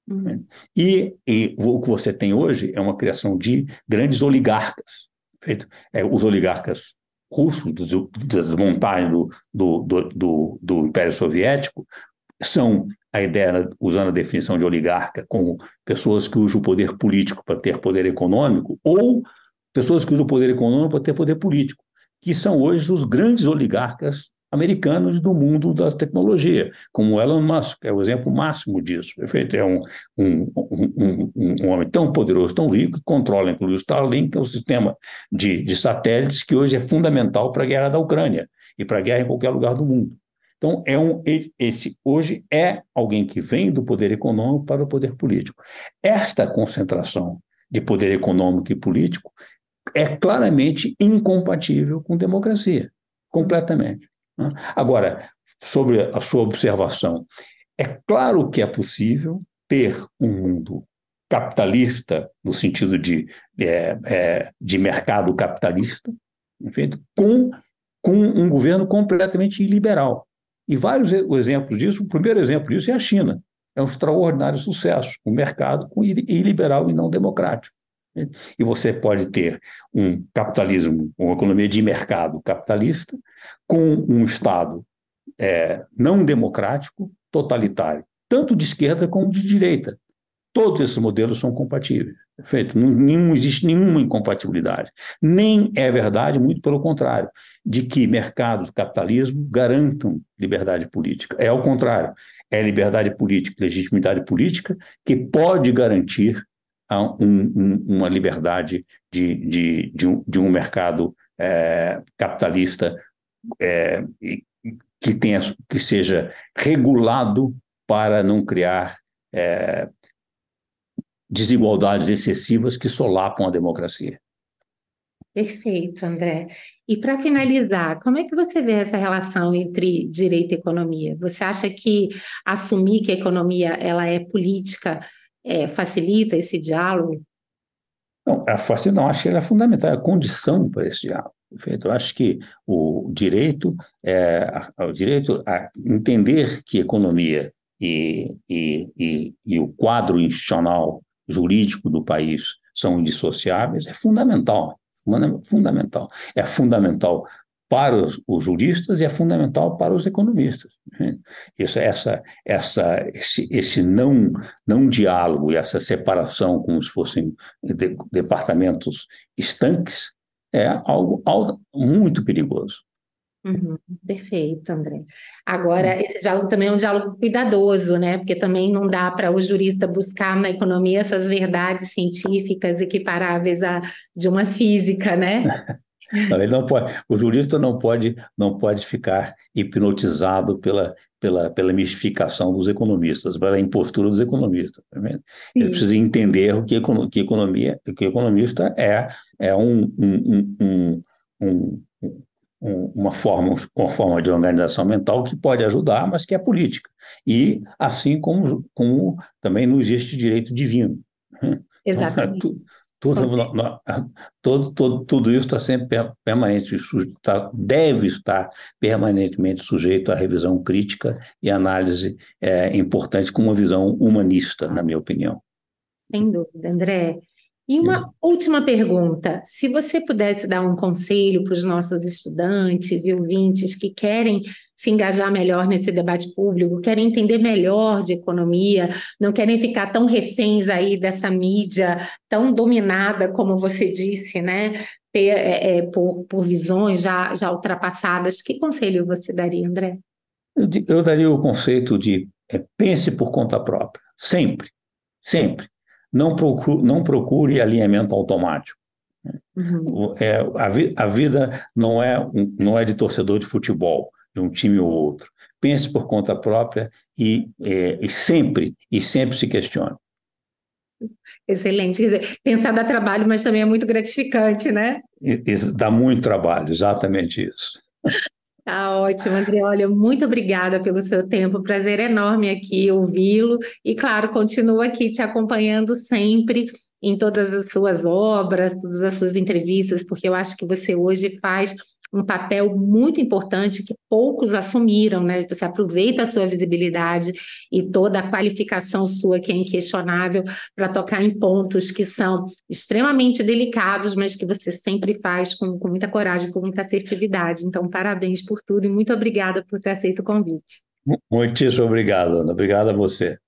E o que você tem hoje é uma criação de grandes oligarcas. Os oligarcas russos, das montanhas do Império Soviético, são a ideia, usando a definição de oligarca, como pessoas que usam o poder político para ter poder econômico, ou pessoas que usam o poder econômico para ter poder político, que são hoje os grandes oligarcas americanos do mundo da tecnologia, como Elon Musk, é o exemplo máximo disso. É um homem tão poderoso, tão rico, que controla, inclusive, o Starlink, que é um sistema de satélites que hoje é fundamental para a guerra da Ucrânia e para a guerra em qualquer lugar do mundo. Então, esse hoje é alguém que vem do poder econômico para o poder político. Esta concentração de poder econômico e político é claramente incompatível com democracia, completamente. Agora, sobre a sua observação, é claro que é possível ter um mundo capitalista, no sentido de mercado capitalista, com um governo completamente iliberal. E vários exemplos disso, o primeiro exemplo disso é a China. É um extraordinário sucesso, um mercado iliberal e não democrático. E você pode ter um capitalismo, uma economia de mercado capitalista, com um Estado não democrático, totalitário, tanto de esquerda como de direita. Todos esses modelos são compatíveis. Perfeito? Não existe nenhuma incompatibilidade. Nem é verdade, muito pelo contrário, de que mercados, capitalismo, garantam liberdade política. É ao contrário. É liberdade política, legitimidade política, que pode garantir uma liberdade de um mercado capitalista que seja regulado para não criar desigualdades excessivas que solapam a democracia. Perfeito, André. E para finalizar, como é que você vê essa relação entre direito e economia? Você acha que assumir que a economia ela é política facilita esse diálogo? Não, acho que ela é fundamental, é a condição para esse diálogo. Perfeito? Eu acho que o direito a entender que economia e o quadro institucional jurídico do país são indissociáveis é fundamental. Fundamental. É fundamental para os juristas e é fundamental para os economistas. Esse não diálogo e essa separação como se fossem departamentos estanques é algo muito perigoso. Perfeito, André. Agora, esse diálogo também é um diálogo cuidadoso, né? Porque também não dá para o jurista buscar na economia essas verdades científicas equiparáveis a de uma física, né? Não, ele não pode, o jurista não pode ficar hipnotizado pela mistificação dos economistas, pela impostura dos economistas. Tá vendo? Ele precisa entender o que economista é uma forma de organização mental que pode ajudar, mas que é política. E assim como também não existe direito divino. Exatamente. Tudo isso está sempre deve estar permanentemente sujeito à revisão crítica e análise importante com uma visão humanista, na minha opinião. Sem dúvida, André. E uma última pergunta: se você pudesse dar um conselho para os nossos estudantes e ouvintes que querem se engajar melhor nesse debate público, querem entender melhor de economia, não querem ficar tão reféns aí dessa mídia tão dominada, como você disse, né, por visões já ultrapassadas, que conselho você daria, André? Eu daria o conceito de pense por conta própria, sempre, sempre. Não procure alinhamento automático. A vida não é de torcedor de futebol, de um time ou outro. Pense por conta própria e sempre se questione. Excelente. Quer dizer, pensar dá trabalho, mas também é muito gratificante, né? Dá muito trabalho, exatamente isso. Tá ótimo, André. Olha, muito obrigada pelo seu tempo. Prazer enorme aqui ouvi-lo. E, claro, continuo aqui te acompanhando sempre em todas as suas obras, todas as suas entrevistas, porque eu acho que você hoje faz um papel muito importante que poucos assumiram, né? Você aproveita a sua visibilidade e toda a qualificação sua, que é inquestionável, para tocar em pontos que são extremamente delicados, mas que você sempre faz com muita coragem, com muita assertividade. Então, parabéns por tudo e muito obrigada por ter aceito o convite. Muitíssimo obrigado, Ana. Obrigado a você.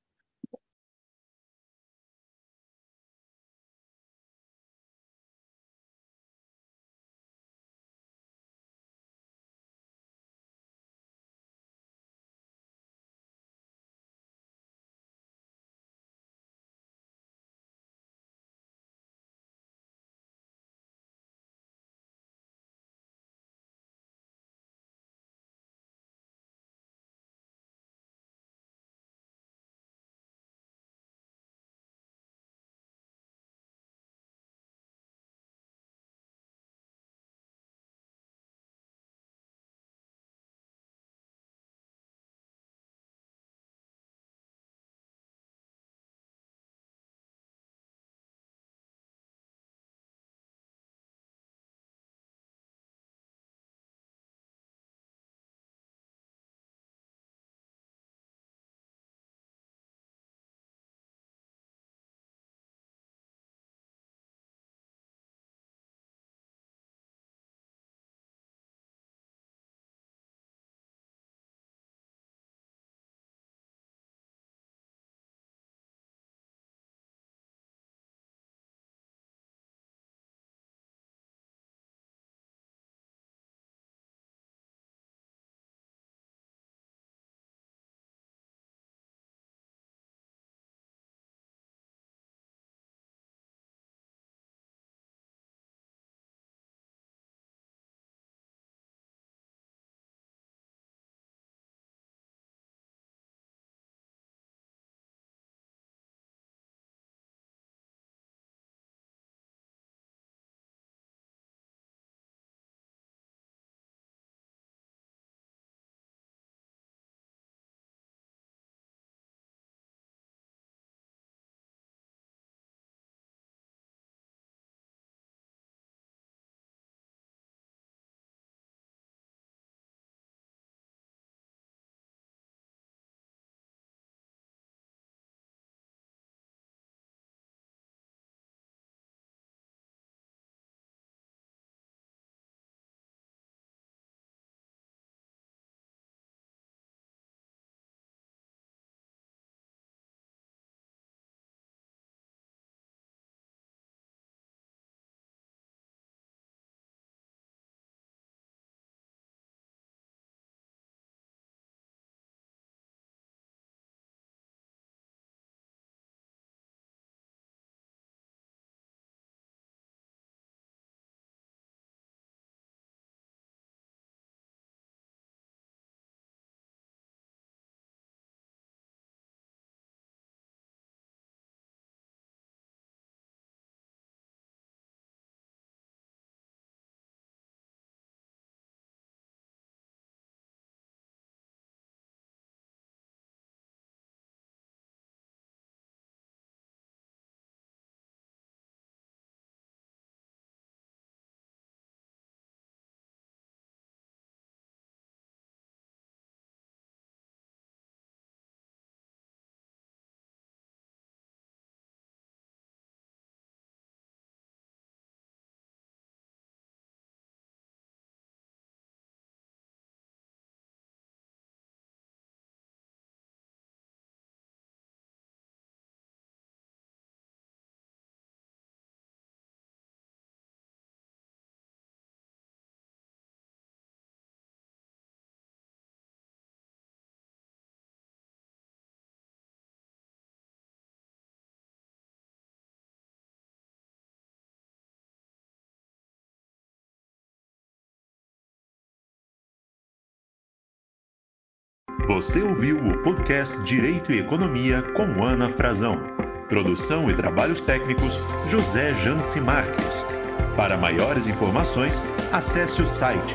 Você ouviu o podcast Direito e Economia com Ana Frazão. Produção e trabalhos técnicos, José Janci Marques. Para maiores informações, acesse o site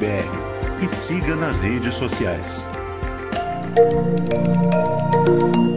anafrazão.com.br e siga nas redes sociais.